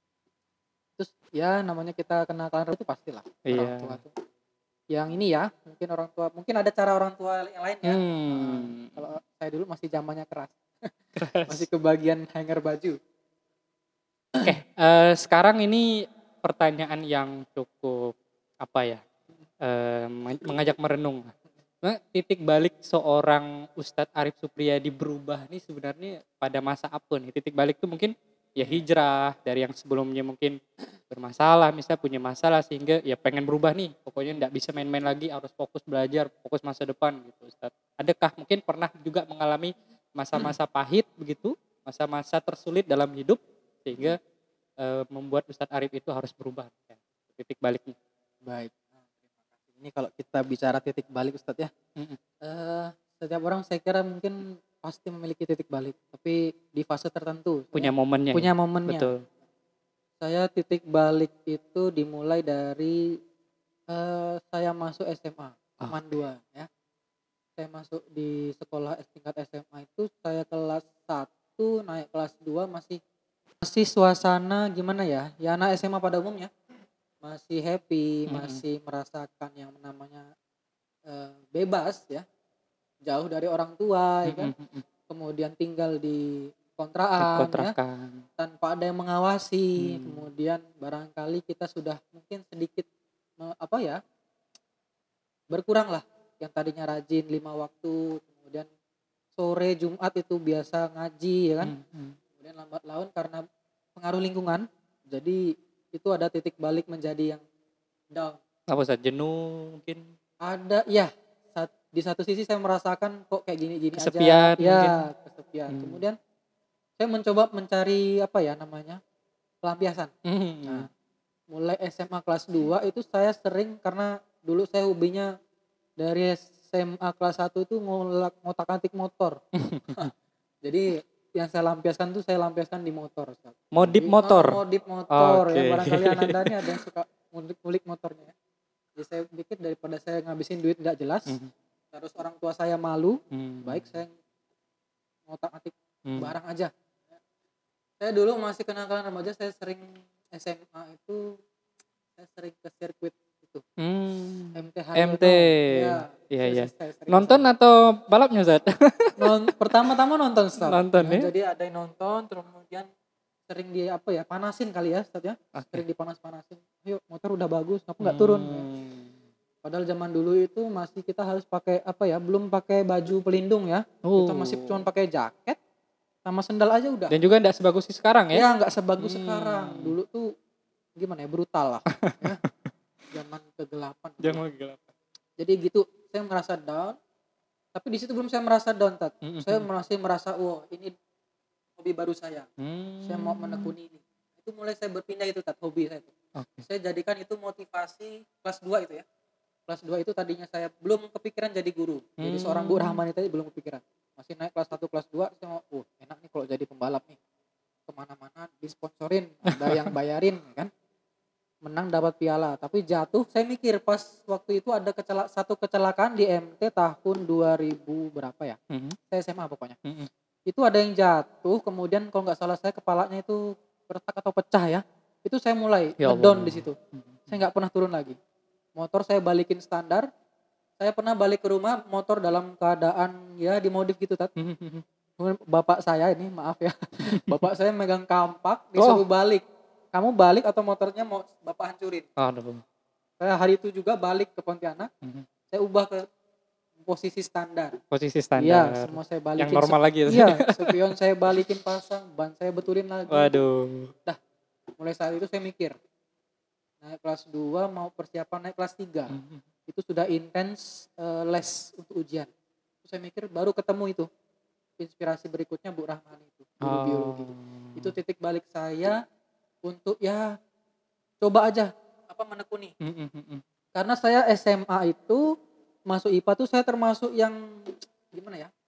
Terus ya namanya kita kenal-kenalan itu pastilah orang Iya. tua tuh. Yang ini ya, mungkin orang tua, mungkin ada cara orang tua yang lain ya. Hmm. Nah, kalau saya dulu masih zamannya keras. Keras. Masih kebagian hanger baju. Oke, eh, sekarang ini pertanyaan yang cukup apa ya, eh, meng- mengajak merenung. Nah, titik balik seorang Ustadz Arif Supriyadi berubah nih sebenarnya pada masa apa nih? Titik balik tuh mungkin ya hijrah dari yang sebelumnya mungkin bermasalah, misalnya punya masalah sehingga ya pengen berubah nih. Pokoknya nggak bisa main-main lagi, harus fokus belajar, fokus masa depan gitu Ustadz. Adakah mungkin pernah juga mengalami masa-masa pahit begitu, masa-masa tersulit dalam hidup sehingga eh, membuat Ustadz Arif itu harus berubah ya, titik baliknya. Baik. Nah, terima kasih. Ini kalau kita bicara titik balik Ustadz ya. Mm-mm. Eh, setiap orang saya kira mungkin pasti memiliki titik balik, tapi di fase tertentu. Punya Saya momennya. punya ya? momennya. Betul. Saya titik balik itu dimulai dari eh, saya masuk S M A, Ah. Taman dua ya. Saya masuk di sekolah tingkat S M A itu saya kelas satu naik kelas dua masih masih suasana gimana ya? Ya anak S M A pada umumnya masih happy, Mm-mm. masih merasakan yang namanya eh, bebas ya. Jauh dari orang tua ya kan. Mm-mm. Kemudian tinggal di kontrakan ya, Kontrakan. tanpa ada yang mengawasi. Hmm. Kemudian barangkali kita sudah mungkin sedikit me- apa ya? Berkurang lah, yang tadinya rajin lima waktu, kemudian sore Jumat itu biasa ngaji ya kan. Mm-mm. Kemudian lambat laun karena pengaruh lingkungan, jadi itu ada titik balik menjadi yang down. Apa Ustadz, jenuh mungkin? Ada ya, sat- di satu sisi saya merasakan kok kayak gini-gini Kesepian aja. Ya, mungkin. kesepian. Hmm. Kemudian saya mencoba mencari apa ya namanya? Pelampiasan. Mm-mm. Nah, mulai S M A kelas dua itu saya sering karena dulu saya hobinya dari S M A kelas satu itu ngolak ngotak-atik motor. Jadi yang saya lampiaskan tuh saya lampiaskan di motor. Ustaz. Modif Jadi, motor. oh, modif motor Oke. ya barangkali Ananda ini ada yang suka ngulik-ngulik motornya ya. Jadi saya pikir daripada saya ngabisin duit nggak jelas, Mhm. terus orang tua saya malu, Hmm. baik saya ngotak-atik Hmm. barang aja. Saya dulu masih kenal-kenalan remaja, saya sering S M A itu saya sering ke sirkuit itu Hmm. M T Haryono. M T. Iya, Iya, saya- iya. saya sering Nonton kesana. atau balapnya Ustadz? Non, pertama-tama nonton Ustaz. Nonton, ya? Jadi ada yang nonton, terus kemudian sering di apa ya panasin kali ya Ustaz ya. Oke. Sering dipanas-panasin. Yuk motor udah bagus, kenapa nggak turun? Ya. Hmm. Padahal zaman dulu itu masih kita harus pakai apa ya, belum pakai baju pelindung ya. Kita masih cuma Oh. pakai jaket sama sendal aja udah. Dan juga enggak sebagus sekarang ya? Ya nggak sebagus sekarang. Hmm. Dulu tuh gimana ya, brutal lah ya. Zaman kegelapan. Jangan kegelapan. Jadi gitu, saya merasa down. Tapi di situ belum saya merasa down, Tat. Mhm. Saya masih merasa, wah ini hobi baru saya. Hmm. Saya mau menekuni ini. Itu mulai saya berpindah itu, Tat, hobi saya itu. Oke. Saya jadikan itu motivasi kelas dua itu ya. Kelas dua itu tadinya saya belum kepikiran jadi guru. Jadi seorang Bu Hmm. Rahmani tadi belum kepikiran. Masih naik kelas satu, kelas dua, saya mau, oh enak nih kalau jadi pembalap nih. Kemana-mana disponsorin, ada yang bayarin kan. Menang dapat piala, tapi jatuh. Saya mikir pas waktu itu ada kecela, satu kecelakaan di M T tahun dua ribu berapa ya? Mhm. Saya S M A pokoknya. Mhm. Itu ada yang jatuh, kemudian kalau nggak salah saya kepalanya itu retak atau pecah ya. Itu saya mulai Ya ngedown Allah. di situ. Saya nggak pernah turun lagi. Motor saya balikin standar. Saya pernah balik ke rumah, motor dalam keadaan ya dimodif gitu, Tat. Mhm. Kemudian bapak saya ini, maaf ya, bapak saya megang kampak, disuruh balik. Kamu balik atau motornya mau bapak hancurin. Aduh. Saya hari itu juga balik ke Pontianak, Mhm. saya ubah ke posisi standar. Posisi Iya, standar. semua saya balikin. Yang normal lagi ya? Iya, spion saya balikin pasang, ban saya betulin lagi. Waduh. Mulai saat itu saya mikir, naik kelas dua mau persiapan naik kelas tiga. Mhm. Itu sudah intens eh, les untuk ujian. Terus saya mikir baru ketemu itu. Inspirasi berikutnya Bu Rahmani itu, guru biologi. Oh. Itu titik balik saya untuk ya coba aja apa menekuni. Mhm. Mhm. Karena saya S M A itu masuk I P A tuh saya termasuk yang gimana ya?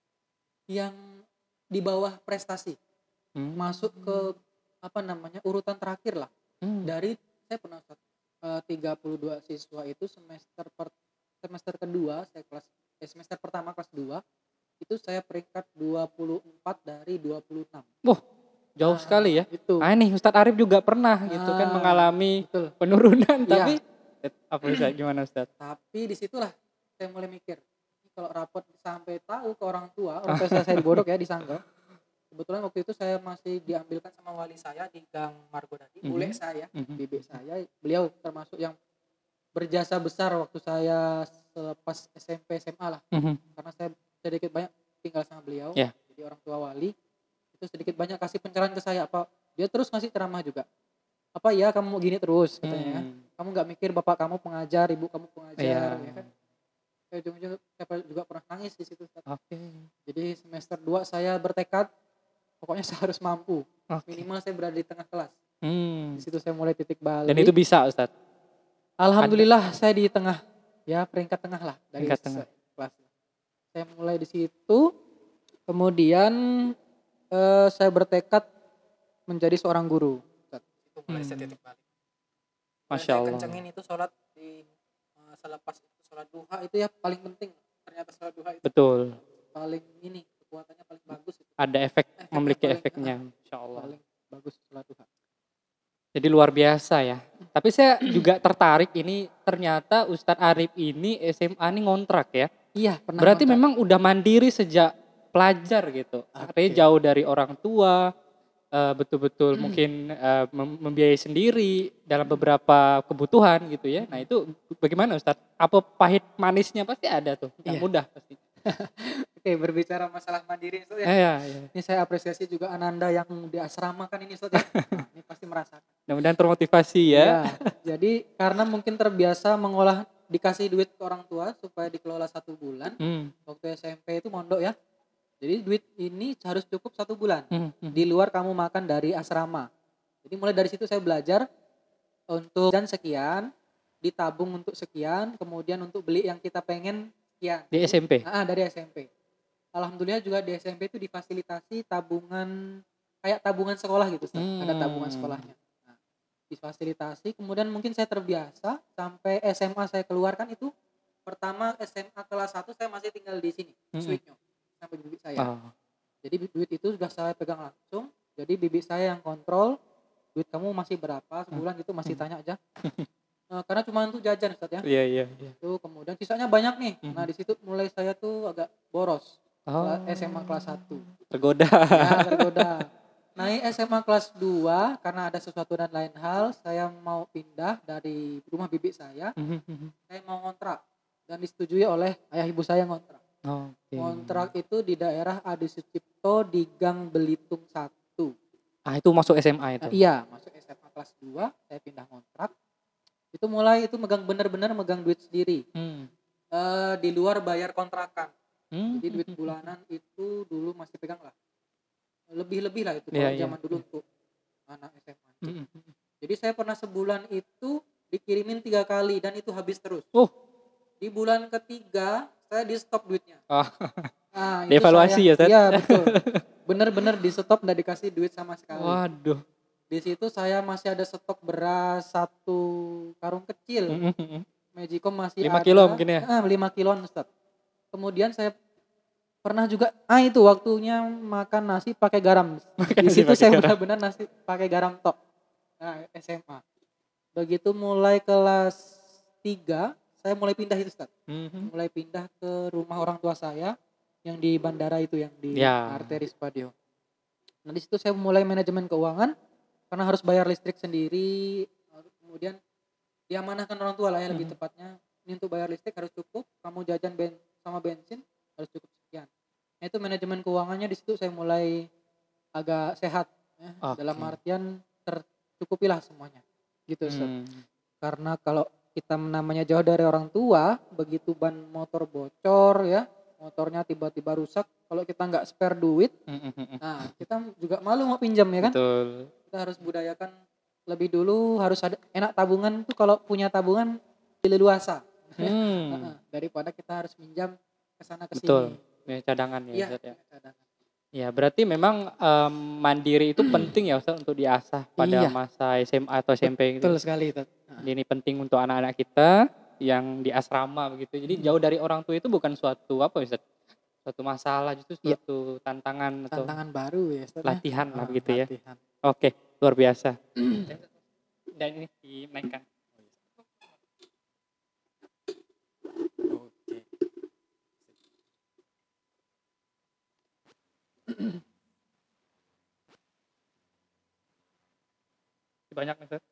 Yang di bawah prestasi. Hmm. Masuk ke apa namanya? Urutan terakhir lah. Hmm. Dari saya pernah uh, tiga puluh dua siswa itu semester per, semester kedua saya kelas eh, semester pertama kelas dua itu saya peringkat dua puluh empat dari dua puluh enam. Wah, jauh Nah, sekali ya. Itu. Ah nih Ustadz Arif juga pernah gitu kan Ah, mengalami Betul. penurunan Iya. tapi apa Ustadz gimana Ustadz? Tapi disitulah saya mulai mikir, ini kalau rapot sampai tahu ke orang tua, orang tua saya, saya dibodok ya di Sanggau. Kebetulan waktu itu saya masih diambilkan sama wali saya di Gang Margo tadi, Mhm. bule saya, Mhm. bibi saya, beliau termasuk yang berjasa besar waktu saya selepas S M P S M A lah, Mhm. karena saya sedikit banyak tinggal sama beliau. Ya. Jadi orang tua wali itu sedikit banyak kasih pencerahan ke saya, apa dia terus ngasih ceramah juga. Apa ya kamu mau gini terus katanya ya. Hmm. Kamu nggak mikir bapak kamu pengajar, ibu kamu pengajar, Iya. ya kan? Saya ujung-ujung saya juga pernah nangis di situ. Oke. Jadi semester dua saya bertekad pokoknya saya harus mampu. Oke. Minimal saya berada di tengah kelas. Hmm. Di situ saya mulai titik balik. Dan itu bisa Ustadz. Alhamdulillah saya di tengah, ya peringkat tengah lah dari Peringkat tengah. se- kelas. Saya mulai di situ, kemudian eh, saya bertekad menjadi seorang guru. Itu mulai saya Hmm. titik balik. Dan Masya saya Allah. kencengin itu sholat di eh, selepas itu sholat duha itu ya paling penting. Ternyata sholat duha itu Betul. paling ini kekuatannya paling bagus itu. Ada efek, Efeknya memiliki paling- efeknya. Masya Allah. Paling bagus sholat duha. Jadi luar biasa ya. Tapi saya juga tertarik ini ternyata Ustadz Arif ini S M A ini ngontrak ya. Iya, pernah. Berarti kontak. memang udah mandiri sejak pelajar gitu. Artinya Oke. jauh dari orang tua, eh, betul-betul mungkin eh, mem- membiayai sendiri dalam beberapa kebutuhan gitu ya. Nah itu bagaimana Ustadz? Apa pahit manisnya pasti ada tuh. Nggak Iya. mudah pasti. Oke, berbicara masalah mandiri itu ya. Eh, ya, ya. Ini saya apresiasi juga Ananda yang di asrama kan ini Ustaz ya. Nah, ini pasti merasakan. Mudah-mudahan termotivasi ya. Ya, jadi karena mungkin terbiasa mengolah dikasih duit ke orang tua supaya dikelola satu bulan. Hmm, Waktu S M P itu mondok ya. Jadi duit ini harus cukup satu bulan. hmm, hmm. Di luar kamu makan dari asrama. Jadi mulai dari situ saya belajar untuk dan sekian, ditabung untuk sekian, kemudian untuk beli yang kita pengen sekian. Di S M P. Ah, dari S M P. Alhamdulillah juga di S M P itu difasilitasi tabungan kayak tabungan sekolah gitu, Ustaz. Ada tabungan Hmm. sekolahnya. Nah, difasilitasi, kemudian mungkin saya terbiasa sampai S M A saya keluarkan itu pertama S M A kelas satu saya masih tinggal di sini, Hmm. Suiknyo, sampai bibi saya. Ah, Jadi duit itu sudah saya pegang langsung. Jadi bibi saya yang kontrol duit kamu masih berapa sebulan gitu masih tanya aja. Nah, karena cuma untuk jajan Ustaz ya. Iya, iya, iya. Itu kemudian sisanya banyak nih. Mhm. Nah, di situ mulai saya tuh agak boros. Oh, S M A kelas satu. tergoda. Ya, tergoda. naik S M A kelas dua karena ada sesuatu dan lain hal, saya mau pindah dari rumah bibi saya, Mhm, mhm. saya mau ngontrak dan disetujui oleh ayah ibu saya ngontrak. Oke. Ngontrak itu di daerah Adi Sucipto di Gang Belitung satu. Ah, itu masuk S M A Nah, itu? iya, masuk S M A kelas dua, saya pindah ngontrak. Itu mulai itu megang bener-bener megang duit sendiri. Hmm. Eh, di luar bayar kontrakan. Hmm. Jadi duit bulanan itu dulu masih pegang lah. Lebih-lebih lah itu Iya, kalau iya. zaman dulu untuk anak S M A. Mhm. Jadi saya pernah sebulan itu dikirimin tiga kali dan itu habis terus. Oh. Di bulan ketiga saya di stop duitnya. Oh. Nah, itu Dievaluasi saya, ya, Ustaz? iya betul. Bener-bener di stop nggak dikasih duit sama sekali. Waduh. Di situ saya masih ada stok beras satu karung kecil. Mhm, mhm. Magicom masih lima ada. kilo mungkin ya? Ah, lima kiloan Ustaz. Kemudian saya pernah juga, ah itu waktunya makan nasi pakai garam. Makan Di nasi situ pakai saya garam. benar-benar nasi pakai garam tok. Nah, S M A. Begitu mulai kelas tiga, saya mulai pindah itu Ustaz. Mhm. Mulai pindah ke rumah orang tua saya yang di bandara itu, yang di Ya. Arteri Spadio. Nah, di situ saya mulai manajemen keuangan karena harus bayar listrik sendiri. Kemudian diamanahkan orang tua lah ya, lebih Mhm. tepatnya. Ini untuk bayar listrik harus cukup, kamu jajan ben sama bensin harus cukup sekian. Nah, itu manajemen keuangannya di situ saya mulai agak sehat ya. Oke. Dalam artian tercukupilah semuanya. Gitu Ustaz. Hmm. Karena kalau kita namanya jauh dari orang tua, begitu ban motor bocor ya, motornya tiba-tiba rusak, kalau kita nggak spare duit, Mhm, mhm. nah kita juga malu mau pinjam ya kan. Betul. Kita harus budayakan lebih dulu, harus ada enak tabungan tuh, kalau punya tabungan leluasa. Hmm. Heeh, daripada kita harus minjam ke sana ke Betul. sini. Ya, cadangan ya, Iya, Ustaz ya. cadangan. Ya, berarti memang em, mandiri itu penting ya Ustaz untuk diasah pada Iya. masa S M A atau S M P gitu. Betul sekali itu. Ini penting untuk anak-anak kita yang di asrama begitu. Jadi jauh dari orang tua itu bukan suatu apa Ustaz? Suatu masalah, justru Iya. suatu tantangan atau Tantangan baru ya Ustaz ya. latihan lah Heeh, begitu ya. latihan. Oke, luar biasa. Dan ini dimainkan. Oke. Banyak nih, Ustaz.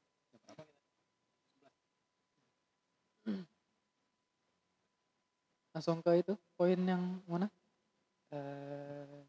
Langsung ke itu, poin yang mana? Eh,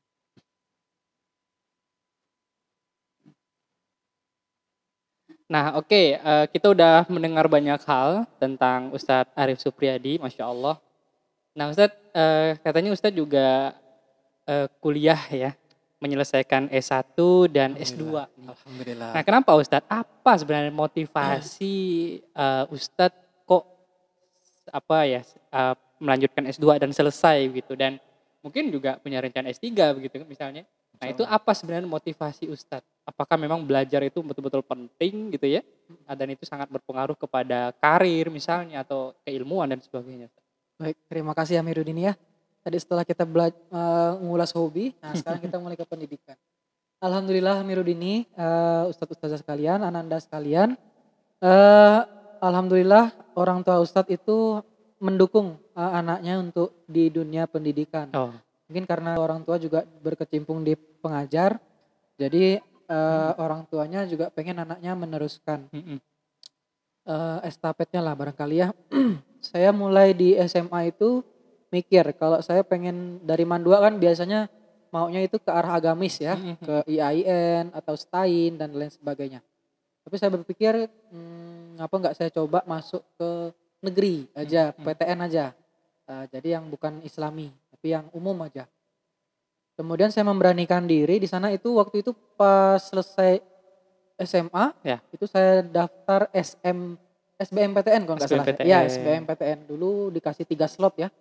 Nah, oke, eh, kita udah mendengar banyak hal tentang Ustadz Arif Supriyadi, Masya Allah. Nah, Ustadz, eh, katanya Ustadz juga eh, kuliah ya, menyelesaikan S satu dan S dua. Alhamdulillah. Nah, kenapa Ustadz? Apa sebenarnya motivasi eh, Ustadz kok apa ya eh, melanjutkan S dua dan selesai gitu, dan mungkin juga punya rencana S tiga begitu misalnya. Nah, itu apa sebenarnya motivasi Ustadz? Apakah memang belajar itu betul-betul penting gitu ya? Dan itu sangat berpengaruh kepada karir misalnya atau keilmuan dan sebagainya. Baik, terima kasih Amiruddin ya. Tadi setelah kita bela- eh, ngulas hobi, nah sekarang kita mulai ke pendidikan. Alhamdulillah Amiruddin, uh, Ustadz-Ustazah sekalian, Ananda sekalian. eh, Alhamdulillah orang tua Ustadz itu mendukung eh, anaknya untuk di dunia pendidikan. Oh, Mungkin karena orang tua juga berkecimpung di pengajar, jadi eh, orang tuanya juga pengen anaknya meneruskan mm-mm. eh, estafetnya lah barangkali ya. Saya mulai di S M A itu mikir kalau saya pengen dari Mandua kan biasanya maunya itu ke arah agamis ya, Mm-mm. ke I A I N atau STAIN dan lain sebagainya. Tapi saya berpikir hmm, ngapa nggak saya coba masuk ke negeri aja, Mm-mm. P T N aja. Eh, jadi yang bukan Islami, tapi yang umum aja. Kemudian saya memberanikan diri di sana itu waktu itu pas selesai S M A, Ya. itu saya daftar S M S B M P T N kalau nggak salah. S B M P T N. Iya, S B M P T N dulu dikasih tiga slot ya.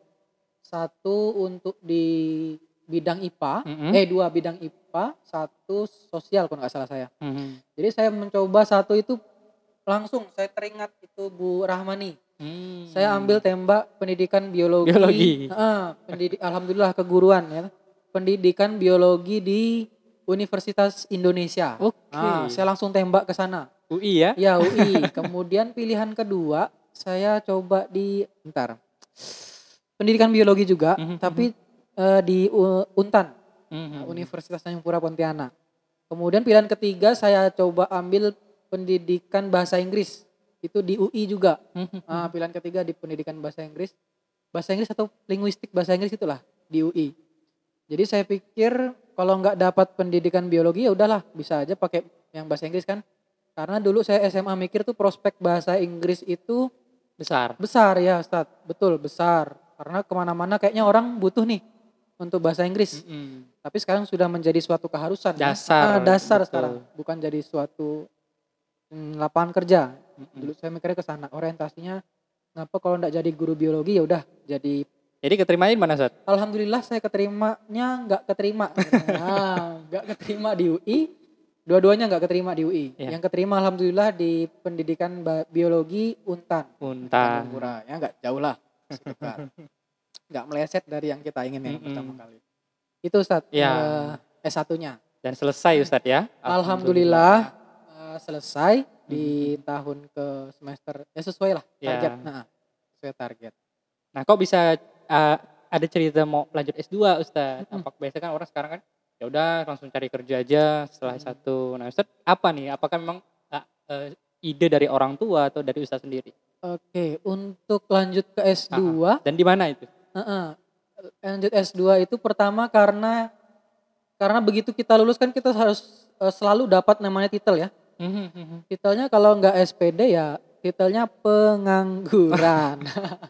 Satu untuk di bidang I P A, Mm-mm. eh dua bidang I P A, satu sosial kalau nggak salah saya. Mhm. Jadi saya mencoba satu itu langsung saya teringat itu Bu Rahmani. Hmm. Saya ambil tembak pendidikan biologi. Biologi. Heeh, pendidik alhamdulillah keguruan ya. Pendidikan biologi di Universitas Indonesia. Oke. Nah, saya langsung tembak ke sana. U I ya? Ya U I. Kemudian pilihan kedua saya coba di bentar. Pendidikan biologi juga, Mhm, tapi eh, di U- Untan, Mhm. Universitas Tanjung Pura Pontianak. Kemudian pilihan ketiga saya coba ambil pendidikan bahasa Inggris. Itu di U I juga. Ah, pilihan ketiga di pendidikan bahasa Inggris. Bahasa Inggris atau linguistik bahasa Inggris itulah di U I. Jadi saya pikir kalau nggak dapat pendidikan biologi ya udahlah, bisa aja pakai yang bahasa Inggris kan. Karena dulu saya S M A mikir tuh prospek bahasa Inggris itu Besar. besar ya Ustadz. Betul, besar. Karena kemana-mana kayaknya orang butuh nih untuk bahasa Inggris. Mm-mm. Tapi sekarang sudah menjadi suatu keharusan. ya. Dasar, Ah, dasar betul. sekarang. Bukan jadi suatu mm, lapangan kerja. Mm-mm. Dulu saya mikirnya ke sana. Orientasinya ngapa kalau enggak jadi guru biologi ya udah jadi. Jadi keterimain mana, Ustaz? Alhamdulillah saya keterimanya nggak keterima. Nah, nggak keterima di U I. Dua-duanya nggak keterima di U I. Ya. Yang keterima alhamdulillah di pendidikan ba- biologi Untan. Untan. Tanjung Pura. Ya nggak jauh lah. Masih dekat. Nggak meleset dari yang kita ingin yang Mm-mm. pertama kali. Itu Ustadz. Ya. eh, S satu-nya. Dan selesai Ustaz ya. Alhamdulillah eh, selesai di tahun ke semester. Ya sesuai lah Ya. target. Nah, sesuai target. Nah, kok bisa uh, ada cerita mau lanjut S dua, Ustaz? Mm-mm. Apa biasa kan orang sekarang kan ya udah langsung cari kerja aja setelah S Mm. satu. Nah, Ustaz apa nih? Apakah memang uh, uh, ide dari orang tua atau dari Ustaz sendiri? Oke, untuk lanjut ke S dua, Dan di mana itu? heeh, lanjut S dua itu pertama karena karena begitu kita lulus kan kita harus eh, selalu dapat namanya titel ya. Titelnya kalau nggak S P D ya titelnya pengangguran.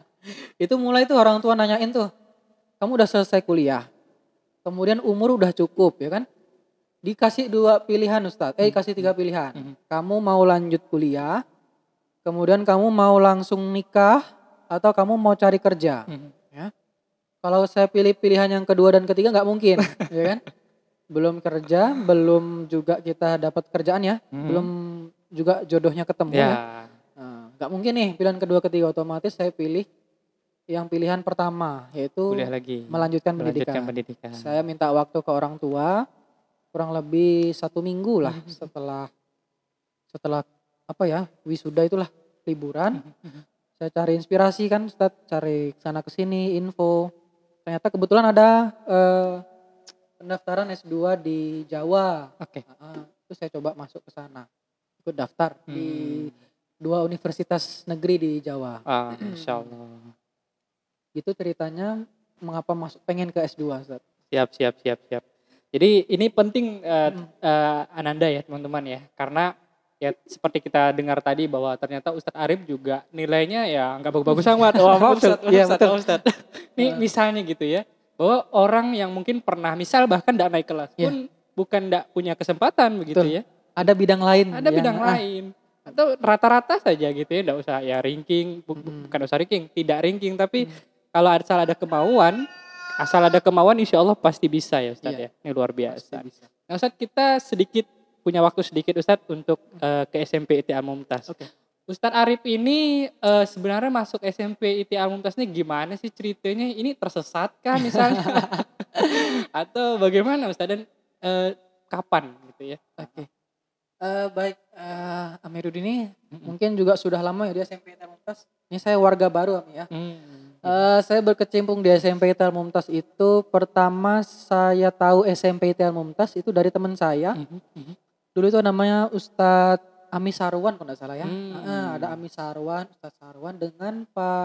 Itu mulai tuh orang tua nanyain tuh, kamu udah selesai kuliah, kemudian umur udah cukup ya kan? Dikasih dua pilihan Ustadz, eh kasih tiga pilihan. Mhm. Kamu mau lanjut kuliah, kemudian kamu mau langsung nikah, atau kamu mau cari kerja. Ya. Kalau saya pilih pilihan yang kedua dan ketiga nggak mungkin, ya kan? Belum kerja, belum juga kita dapat kerjaan ya, Mhm. belum juga jodohnya ketemu Ya. ya. Nah, nggak mungkin nih pilihan kedua ketiga, otomatis saya pilih yang pilihan pertama yaitu Kuliah lagi. melanjutkan Melanjutkan pendidikan. pendidikan. Saya minta waktu ke orang tua kurang lebih satu minggu lah setelah setelah apa ya wisuda itulah liburan. Saya cari inspirasi kan, Ustaz, cari sana kesini info. Ternyata kebetulan ada eh, pendaftaran S dua di Jawa. Oke. Heeh, itu saya coba masuk ke sana, ikut daftar di Hmm. dua universitas negeri di Jawa. Ah, Masya Allah. Gitu ceritanya mengapa masuk pengen ke S dua, Ustaz. Siap, siap, siap, siap. Jadi ini penting eh, Mm. eh, Ananda ya teman-teman ya, karena ya seperti kita dengar tadi bahwa ternyata Ustadz Arif juga nilainya ya nggak bagus-bagus amat. Wah, maaf Betul, Ustadz, iya, Ustadz, betul. Ustadz. Ini Eh. misalnya gitu ya, bahwa orang yang mungkin pernah misal bahkan tidak naik kelas Iya. pun bukan tidak punya kesempatan begitu Betul. ya. Ada bidang lain. Ada yang- bidang ah, lain atau rata-rata saja gitu ya, tidak usah ya ranking, bu- bu- Mm-mm. bukan usah ranking, tidak ranking, tapi Mm. kalau asal ada kemauan, asal ada kemauan, insya Allah pasti bisa ya Ustadz Iya. ya. Ini luar pasti biasa. bisa. Nah Ustadz, kita sedikit punya waktu sedikit Ustadz untuk eh, ke S M P I T Al Mumtaz. Oke. Ustadz Arif ini eh, sebenarnya masuk S M P I T Al Mumtaz ini gimana sih ceritanya? Ini tersesat kah misalnya? Atau bagaimana Ustadz, dan eh, kapan gitu ya? Oke. Eh, baik, eh, Amiruddin ini Mm-mm. mungkin juga sudah lama ya di S M P Al Mumtaz. Ini saya warga baru Ami ya. Hmm. Eh, saya berkecimpung di S M P Al Mumtaz itu pertama saya tahu S M P Al Mumtaz itu dari teman saya. Mhm, mhm. Dulu itu namanya Ustadz Ami Sarwan kalau nggak salah ya. Hmm. Heeh, ada Ami Sarwan, Ustadz Sarwan dengan Pak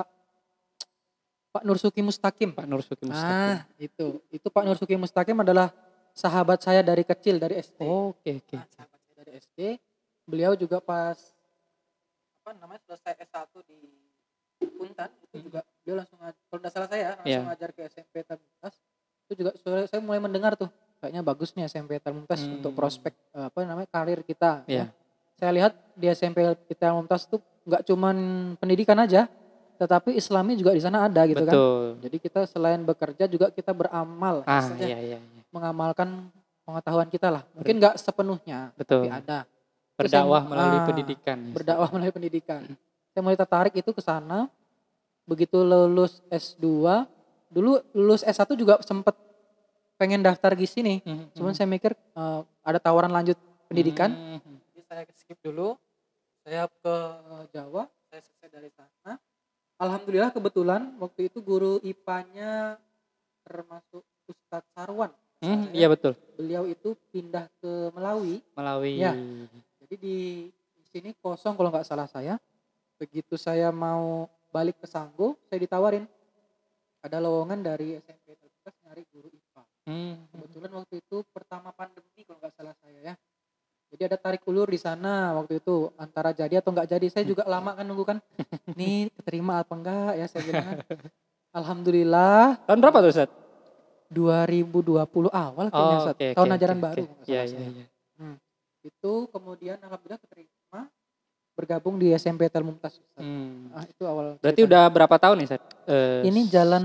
Pak Nursuki Mustaqim. Pak Nur Suki Mustaqim. Ah, itu. Itu Pak Nursuki Mustaqim adalah sahabat saya dari kecil, dari S D. Oke, oke. Nah, sahabat saya dari S D. Beliau juga pas apa namanya selesai S satu di Untan itu juga beliau langsung ngaj- kalau nggak salah saya langsung Iya. ngajar ke S M P Tarmuntas. Itu juga saya, saya mulai mendengar tuh kayaknya bagus nih S M P Tarmuntas Hmm. untuk prospek eh, apa namanya karir kita. Iya. Ya. Saya lihat di S M P Tarmuntas tuh nggak cuman pendidikan aja, tetapi Islami juga di sana ada gitu kan. Betul. Jadi kita selain bekerja juga kita beramal, Ah, istilahnya iya, iya, iya. mengamalkan pengetahuan kita lah. Mungkin nggak sepenuhnya, Betul. tapi ada. Terus saya- Berdakwah melalui ah, pendidikan. ya, berdakwah melalui pendidikan. Saya mulai tertarik itu ke sana. Begitu lulus S dua, dulu lulus S satu juga sempat pengen daftar di sini. Mhm, Cuman mhm. saya mikir eh, ada tawaran lanjut pendidikan. Mhm. Jadi saya skip dulu. Saya ke Jawa, saya selesai dari sana. Alhamdulillah kebetulan waktu itu guru I P A-nya termasuk Ustadz Sarwan. Mhm, Saya- iya betul. Beliau itu pindah ke Melawi. Melawi. Ya. Jadi di sini kosong kalau nggak salah saya. Begitu saya mau balik ke Sanggo, saya ditawarin ada lowongan dari S M P Telkomsel nyari guru I P A. Hmm. Kebetulan waktu itu pertama pandemi kalau nggak salah saya ya. Jadi ada tarik ulur di sana waktu itu antara jadi atau nggak jadi. Saya juga lama kan nunggu kan. Nih keterima apa enggak ya saya bilang kan. Alhamdulillah. Tahun berapa tuh Ustaz? dua ribu dua puluh awal kayaknya Oh, Ustaz. oke, Tahun oke, ajaran oke, baru oke. kalau nggak Iya, salah iya, saya. iya. Hmm. Itu kemudian alhamdulillah keterima bergabung di S M P Telmumtaz Ustaz. Hmm. Ah, itu awal. Berarti ceritanya. udah berapa tahun nih Ustaz? Eh, Ini jalan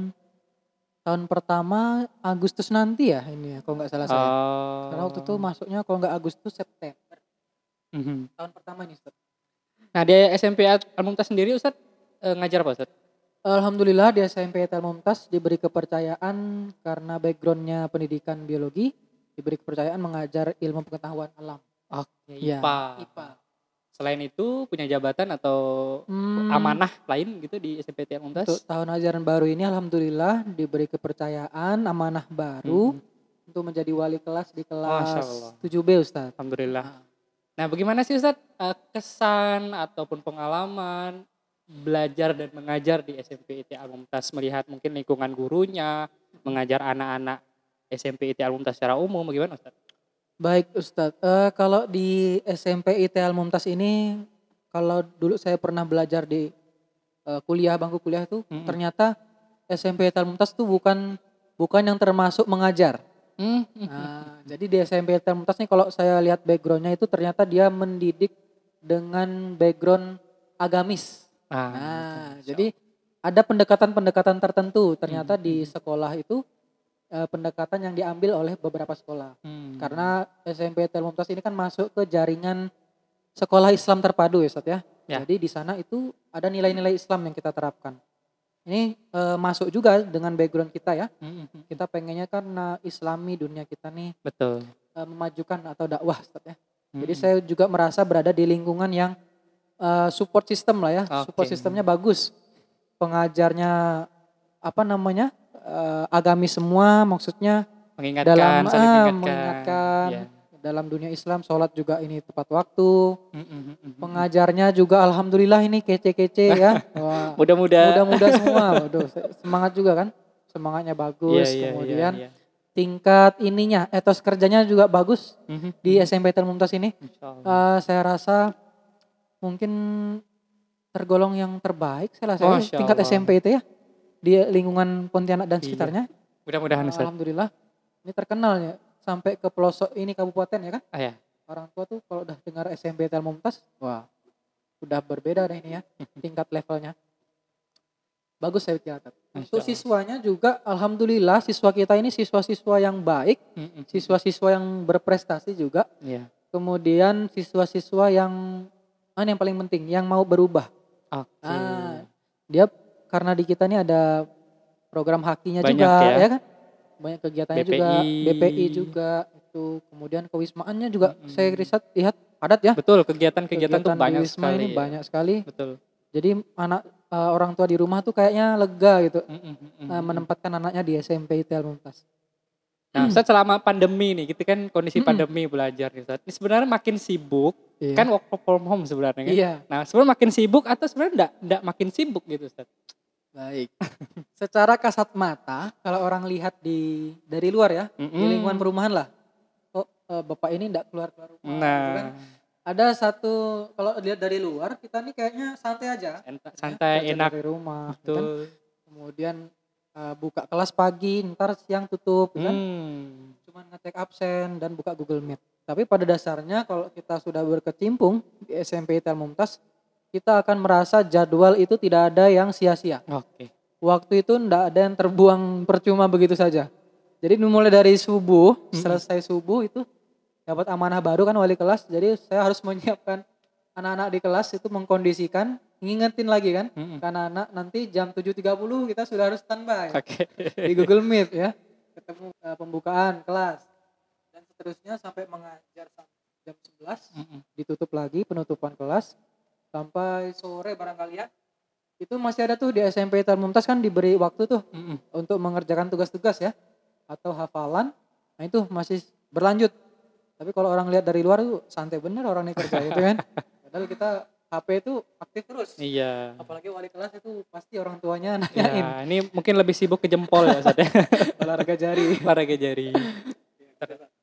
tahun pertama Agustus nanti ya ini ya kalau nggak salah saya. Oh. Karena waktu itu masuknya kalau nggak Agustus September. Mhm. Tahun pertama ini Ustaz. Nah di S M P Al-Mumtaz sendiri Ustaz eh, ngajar apa Ustaz? Alhamdulillah di S M P Telmumtaz diberi kepercayaan karena backgroundnya pendidikan biologi, diberi kepercayaan mengajar ilmu pengetahuan alam. Oke, Ya, I P A. I P A. Selain itu punya jabatan atau Hmm, amanah lain gitu di S M P untuk Al-Mumtaz? tahun ajaran baru ini alhamdulillah diberi kepercayaan amanah baru Mhm. untuk menjadi wali kelas di Masya Allah. kelas tujuh B Ustaz. Alhamdulillah. Nah, Nah bagaimana sih Ustaz eh, kesan ataupun pengalaman belajar dan mengajar di S M P I T Al-Mumtaz, melihat mungkin lingkungan gurunya, mengajar anak-anak S M P I T Al-Mumtaz secara umum, bagaimana Ustaz? baik Ustadz, Eh, kalau di S M P I T Al-Mumtaz ini, kalau dulu saya pernah belajar di eh, kuliah, bangku kuliah itu, Mm-mm. ternyata S M P I T Al-Mumtaz itu bukan bukan yang termasuk mengajar. Hmm. Nah, jadi di S M P I T Al-Mumtaz nih kalau saya lihat backgroundnya itu ternyata dia mendidik dengan background agamis. Ah, Nah, betul. jadi ada pendekatan-pendekatan tertentu ternyata Hmm, di hmm. sekolah itu eh, pendekatan yang diambil oleh beberapa sekolah. Hmm. Karena S M P Telkomsel ini kan masuk ke jaringan sekolah Islam terpadu ya Ustaz ya. Ya. Jadi di sana itu ada nilai-nilai Islam yang kita terapkan. Ini eh, masuk juga dengan background kita ya. Hmm, hmm. Kita pengennya kan eh, islami dunia kita nih Betul. eh, memajukan atau dakwah Ustaz ya. Jadi Hmm. saya juga merasa berada di lingkungan yang eh, support system lah ya. Support Oke. sistemnya bagus. Pengajarnya apa namanya? eh, agamis semua maksudnya Mengingatkan, dalam saling ah, mengingatkan. mengingatkan Ya. dalam dunia Islam sholat juga ini tepat waktu. Hmm, hmm, hmm, hmm. Pengajarnya juga alhamdulillah ini kece-kece ya. Wah, Mudah-mudah. muda-muda semua. Waduh, semangat juga kan. Semangatnya Iya, bagus. iya, Kemudian iya, iya. tingkat ininya etos kerjanya juga bagus Hmm, hmm, di hmm. S M P Telmumtaz ini. Insya Allah. Eh, saya rasa mungkin tergolong yang terbaik saya rasa ya, Masya tingkat Allah. S M P itu ya di lingkungan Pontianak dan Iya. sekitarnya. Mudah-mudahan Eh, Ustaz. alhamdulillah ini terkenal ya sampai ke pelosok ini kabupaten ya kan. Ah, ya. Orang tua tuh kalau udah dengar S M P Telmumtaz, wah udah berbeda deh ini ya tingkat levelnya. Bagus saya kira. Tat. Masya Untuk Allah. siswanya juga alhamdulillah siswa kita ini siswa-siswa yang baik, Hmm, hmm. siswa-siswa yang berprestasi juga. Iya. Kemudian siswa-siswa yang mana yang paling penting yang mau berubah. Oke. Ah, dia karena di kita ini ada program hakinya Banyak juga ya. ya kan. Banyak kegiatannya B P I. juga, B P I juga itu. Kemudian kewismaannya juga Mm-mm. saya riset lihat padat ya. Betul, kegiatan-kegiatan tuh Kegiatan di banyak Wisma sekali. ini ya. banyak sekali. Betul. Jadi anak eh, orang tua di rumah tuh kayaknya lega gitu Mm, mm, mm, eh, mm. menempatkan anaknya di S M P Telmumtaz. Nah, Ustaz selama pandemi nih, gitu kan kondisi Mm-mm. pandemi belajar nih, Ustaz. Ini sebenarnya makin sibuk, Iya. kan work from home sebenarnya kan. Iya, Nah, sebenarnya makin sibuk atau sebenarnya enggak, enggak makin sibuk gitu, Ustaz. baik. Secara kasat mata kalau orang lihat di dari luar ya, di Mm-mm. lingkungan perumahan lah. Kok eh, bapak ini enggak keluar-keluar rumah gitu kan. Nah, Ada satu kalau lihat dari luar kita nih kayaknya santai aja. ent- ya, santai, belajar enak, dari rumah gitu kan. betul. Kemudian eh, buka kelas pagi, ntar siang tutup gitu kan. Hmm. Cuman ngecek absen dan buka Google Meet. Tapi pada dasarnya kalau kita sudah berkecimpung di S M P Telmumtaz, kita akan merasa jadwal itu tidak ada yang sia-sia. Oke. Waktu itu tidak ada yang terbuang percuma begitu saja. Jadi mulai dari subuh, Mm-mm. selesai subuh itu dapat amanah baru kan wali kelas. Jadi saya harus menyiapkan anak-anak di kelas itu mengkondisikan, ngingetin lagi kan. Mm-mm. Karena anak nanti jam tujuh tiga puluh kita sudah harus standby Oke. di Google Meet ya. Ketemu eh, pembukaan kelas dan seterusnya sampai mengajar sampai jam sebelas, Mm-mm. ditutup lagi penutupan kelas sampai sore barangkali ya. Itu masih ada tuh di S M P Telmumtaz kan diberi waktu tuh Mm-mm. untuk mengerjakan tugas-tugas ya atau hafalan. Nah itu masih berlanjut Tapi kalau orang lihat dari luar tuh santai bener orang nih kerja itu kan. Padahal kita H P itu aktif terus. Iya. Apalagi wali kelas itu pasti orang tuanya Ya, nanyain ini mungkin lebih sibuk ke jempol ya Ustaz ya. olahraga jari. Olahraga jari.